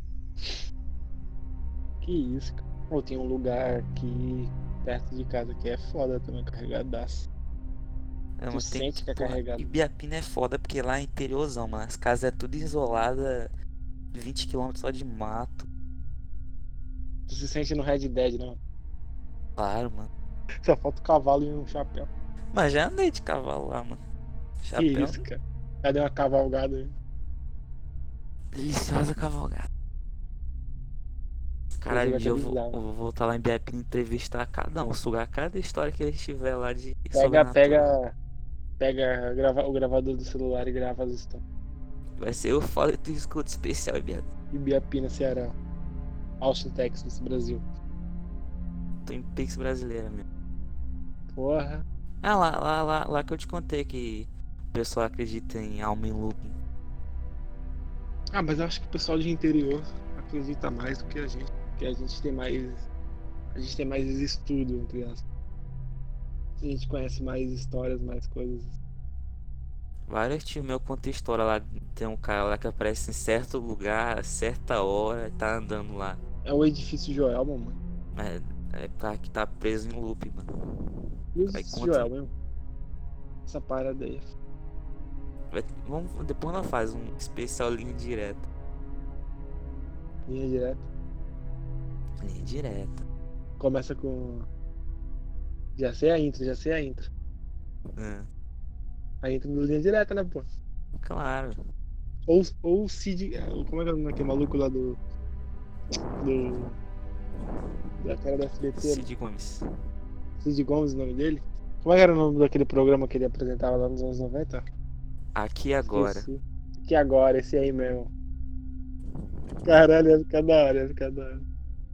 Que isso, cara. Pô, tem um lugar aqui perto de casa que é foda também, carregadaço. É, Tu mas tem sente que, que é porra, carregado. Ibiapina é foda porque lá é interiorzão, mano. As casas é tudo isolada, vinte quilômetros só de mato. Tu se sente no Red Dead, não. Claro, mano. Só falta o cavalo e um chapéu. Mas já andei de cavalo lá, mano. Que Chapéu, isso, cara. Cadê uma cavalgada aí? deliciosa cavalgada. Aqueles Caralho, um lugares que dia é eu vou, bizarro. eu vou voltar lá em Biapina e entrevistar cada um, sugar cada história que eles tiver lá de Pega, sobrenatural. pega, pega grava, o gravador do celular e grava as histórias. Vai ser eu falo e tu escuta especial em Biapina. Ibiapina, Ceará. Austin, Texas, Brasil. Tô em Pix brasileira mesmo. Porra. Ah, lá, lá, lá, lá que eu te contei que o pessoal acredita em alma em looping. Ah, mas eu acho que o pessoal de interior acredita mais do que a gente. Porque a gente tem mais. A gente tem mais estudo, entre aspas. A gente conhece mais histórias, mais coisas. Vários tios meus contam história lá. Tem um cara lá que aparece em certo lugar, a certa hora, e tá andando lá. É o edifício Joelma, mano. É, é cara que tá preso em loop, mano. E o Aí edifício conta. Joelma, mesmo? Essa parada aí. vai- vamos, depois nós faz um especial linha direta. Linha direta. Linha direta. Começa com. Já sei a intro, já sei a intro. É, A intro do linha direta, né, pô? claro. Ou, ou o Cid. Como é que é o nome daquele maluco lá do. do da cara da S B T? Cid Gomes. Cid Gomes, o nome dele? Como é que era o nome daquele programa que ele apresentava lá nos anos noventa? Aqui agora. Esqueci. Que agora, esse aí mesmo. Caralho, ia ficar da hora, ia ficar da hora.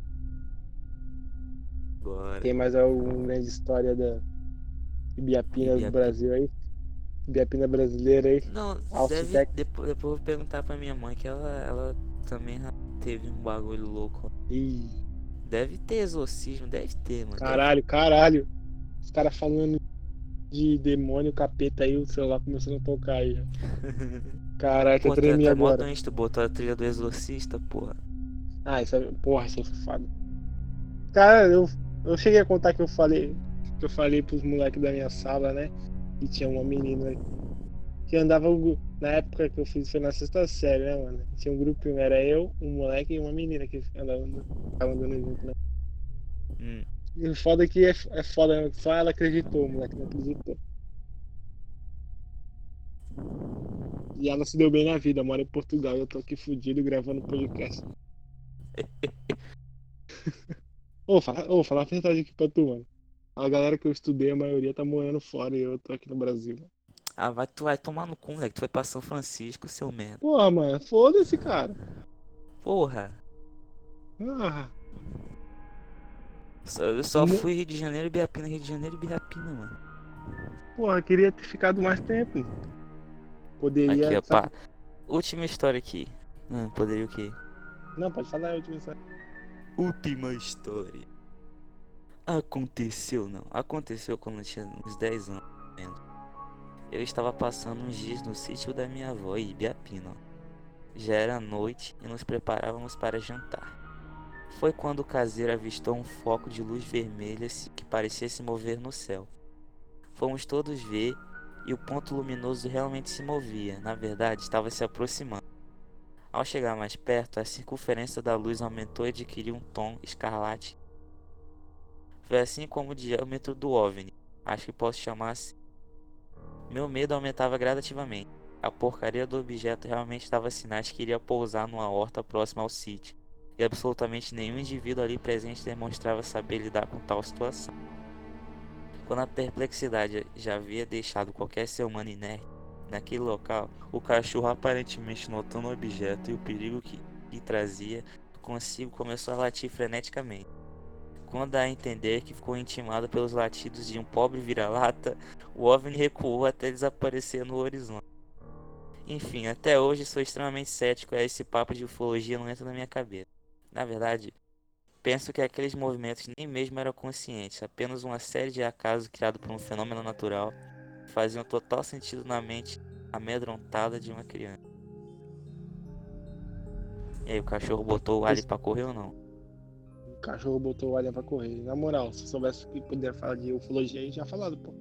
Agora. Tem mais alguma grande história da Ibiapina do Ibiapi. Brasil aí? Ibiapina brasileira aí? Não, deve. Alcitec. Depois, depois eu vou perguntar pra minha mãe que ela, ela também já teve um bagulho louco. Ih, Deve ter exorcismo, deve ter, mano. Deve. caralho, caralho. Os caras falando de demônio, capeta aí, o celular começando a tocar aí. Caraca, eu Pô, tu é, tremi tu é mó agora. doente, tu botou a trilha do exorcista, porra. Ah, isso é. Porra, isso aí foi foda. Cara, eu, eu cheguei a contar que eu falei. Que eu falei pros moleques da minha sala, né? E tinha uma menina que andava. Na época que eu fiz, foi na sexta série, né, mano? Tinha um grupinho, era eu, um moleque e uma menina que andava, tava andando junto, né? Hum. E o foda é que é, é foda, né? Só ela acreditou, o moleque não acreditou. E ela se deu bem na vida, mora em Portugal e eu tô aqui fudido gravando podcast. Ô, fala, ô, falar a verdade aqui pra tu, mano. A galera que eu estudei, a maioria tá morando fora e eu tô aqui no Brasil. Ah, vai, tu vai tomar no cu, moleque. Tu vai pra São Francisco, seu merda. Porra, mano, foda-se, cara. Porra. Ah, Só- Eu só mo- fui Rio de Janeiro e Biapina, Rio de Janeiro e Biapina, mano. porra, queria ter ficado mais tempo. Aqui, Poderia, ó, pá. sabe? Última história aqui. Hum, poderia o quê? Não, pode falar a última história. Última história. Aconteceu, não. Aconteceu quando eu tinha uns dez anos. menos. Eu estava passando uns dias no sítio da minha avó em Ibiapina. Já era noite e nos preparávamos para jantar. Foi quando o caseiro avistou um foco de luz vermelha se- que parecia se mover no céu. Fomos todos ver e o ponto luminoso realmente se movia. Na verdade, estava se aproximando. Ao chegar mais perto, a circunferência da luz aumentou e adquiriu um tom escarlate. Foi assim como o diâmetro do OVNI. Acho que posso chamar assim. Meu medo aumentava gradativamente. A porcaria do objeto realmente dava sinais que iria pousar numa horta próxima ao sítio, e absolutamente nenhum indivíduo ali presente demonstrava saber lidar com tal situação. Quando a perplexidade já havia deixado qualquer ser humano inerte, naquele local, o cachorro, aparentemente notando o objeto e o perigo que, que trazia consigo, começou a latir freneticamente. Quando dá a entender que ficou intimado pelos latidos de um pobre vira-lata, o OVNI recuou até desaparecer no horizonte. Enfim, até hoje sou extremamente cético e esse papo de ufologia não entra na minha cabeça. Na verdade, penso que aqueles movimentos nem mesmo eram conscientes, apenas uma série de acasos criados por um fenômeno natural que faziam total sentido na mente amedrontada de uma criança. E aí, o cachorro botou o alho Esse pra correr ou não? cachorro botou o alien pra correr. Na moral, se soubesse que poderia falar de ufologia aí, já falado, pô.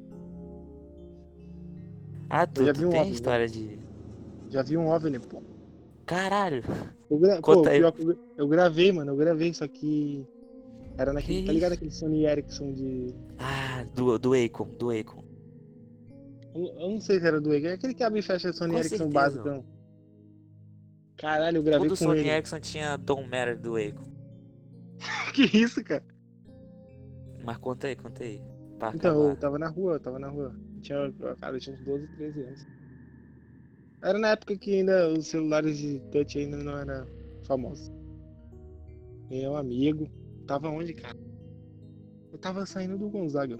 Ah, Eu tu, já tu vi um tem OVNI, já, história de. já vi um OVNI, pô. Caralho! Eu gra... Pô, Conta aí. pior que eu, gra- eu gravei, mano, eu gravei, só que era Que naquele, tá ligado isso? aquele Sony Ericsson de... Ah, do, do Akon, do Akon. Eu, eu não sei se era do Ega, é aquele que abre e fecha Sony Com Ericsson certeza, básico, mano. não. Caralho, eu gravei Todo com Sony ele. Ericsson tinha Don't Matter do Akon. Que isso, cara? Mas conta aí, conta aí. Pra Então, eu acabar. tava na rua, eu tava na rua. Eu tinha, cara, eu tinha uns doze, treze anos. Era na época que ainda os celulares de touch ainda não eram famosos. Meu amigo, tava onde, cara? Eu tava saindo do Gonzaga.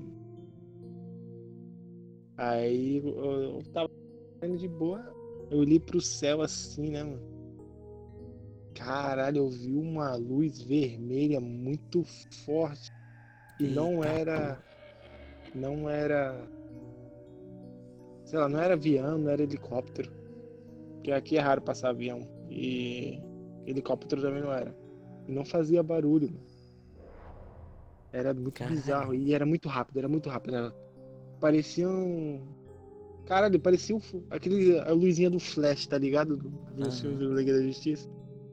Aí eu, eu tava saindo de boa. Eu olhei pro céu assim, né, mano? Caralho, eu vi uma luz vermelha muito forte. E não Eita era. porra. Não era. Sei lá, não era avião, não era helicóptero. Porque aqui é raro passar avião. E helicóptero também não era. E não fazia barulho, mano. Era muito Caralho. bizarro. E era muito rápido, era muito rápido. Era... Parecia um. Caralho, parecia um... aquele... a luzinha do Flash, tá ligado? Do- Dos filmes Aham. do Liga da Justiça.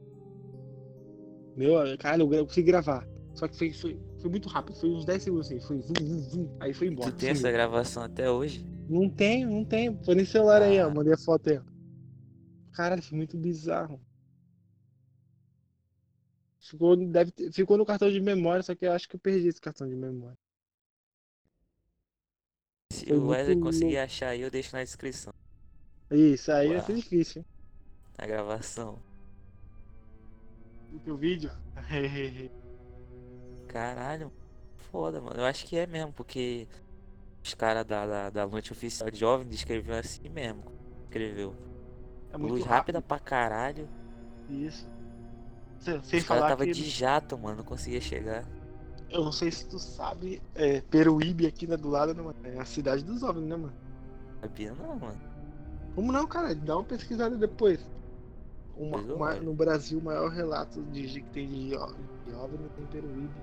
Meu, cara, eu gra- eu consegui gravar. Só que foi, foi, foi muito rápido. Foi uns dez segundos assim. Foi zum, zum, zum. Aí foi E tu embora, tem essa sumiu. gravação até hoje? Não tem, não tem. Foi nesse celular aí, ó. Ah, Mandei a foto aí, ó. Caralho, foi muito bizarro. Ficou, deve ter- ficou no cartão de memória, só que eu acho que eu perdi esse cartão de memória. se Foi o muito Wesley conseguir louco. achar aí, eu deixo na descrição. Isso aí vai ser Uau, difícil, hein? a gravação. O teu vídeo? Caralho, foda, mano. Eu acho que é mesmo, porque os caras da, da, da noite oficial de OVNI descreveram assim mesmo. Escreveu. É muito Luz rápida rápido. pra caralho. Isso. Se- Sem Os caras falar tava que de jato, mano. Não conseguia chegar. eu não sei se tu sabe, é, Peruíbe aqui né, do lado, né, mano? É a cidade dos OVNIs, né, mano? Sabia não, mano. Como não, cara? Dá uma pesquisada depois. Uma, Depois eu uma- olho. no Brasil, o maior relato de, de que tem de, ó- de OVNI é em Peruíbe.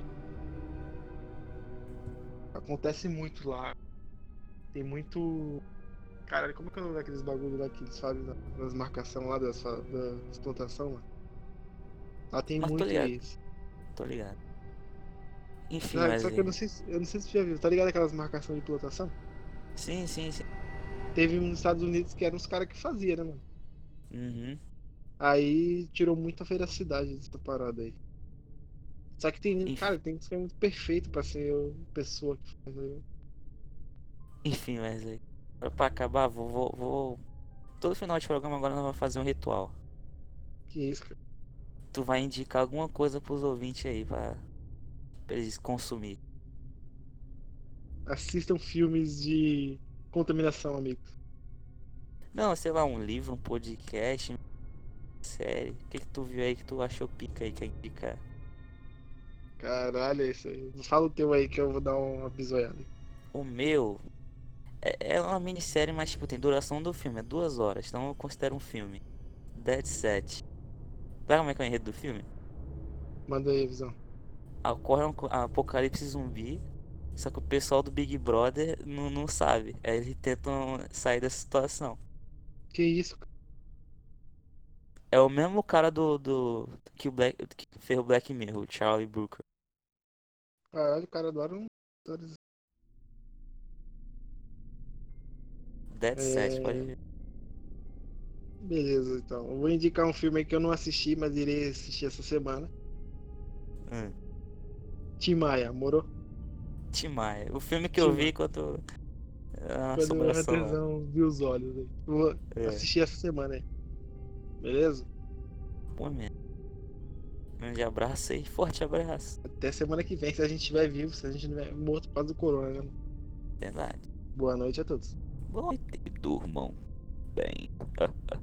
Acontece muito lá. Tem muito. Cara, como é que é o nome daqueles bagulho lá que eles fazem na- nas marcações lá das, fa- das plantações, mano? Lá tem Mas tô muito ligado, isso. tô ligado. Enfim, Sabe? Só que eu Wesley. não sei se, eu não sei se você já viu. Tá ligado aquelas marcações de pilotação? Sim, sim, sim. Teve um nos Estados Unidos que eram os caras que faziam, né, mano? Uhum. Aí tirou muita veracidade dessa parada aí. Só que tem, Enfim, cara, tem que ser muito perfeito pra ser a pessoa que faz. Né? enfim, Wesley. Pra pra acabar, vou, vou, vou- todo final de programa agora nós vamos fazer um ritual. Que isso, cara. Tu vai indicar alguma coisa pros ouvintes aí pra, pra eles consumir. Assistam filmes de contaminação, amigo. Não, sei lá, um livro, um podcast, uma série. O que que tu viu aí que tu achou pica aí, quer indicar? Caralho, é isso aí. Fala o teu aí que eu vou dar uma bisoiada. O meu é, é uma minissérie, mas tipo, tem duração do filme, é duas horas, então eu considero um filme. Dead Set. Sabe como é que é o enredo do filme? Manda aí a visão. Ocorre um co- apocalipse zumbi, só que o pessoal do Big Brother não, não sabe. Aí eles tentam sair dessa situação. Que isso, cara? É o mesmo cara do, do que o Black, que fez o Black Mirror, o Charlie Brooker. Caralho, o cara adora um. Dead Set, pode É... ver. Beleza, então. Eu vou indicar um filme aí que eu não assisti, mas irei assistir essa semana. Hum. Tim Maia, moro? Tim Maia. O filme que eu Tim vi Maia. quando. É uma Quando a assombração lá. tesão viu os olhos aí. Eu vou É, assistir essa semana aí. Beleza? bom mesmo. Grande abraço aí, forte abraço. Até semana que vem, se a gente estiver vivo, se a gente não estiver morto por causa do corona, né? Verdade. Boa noite a todos. Boa noite, durmam bem.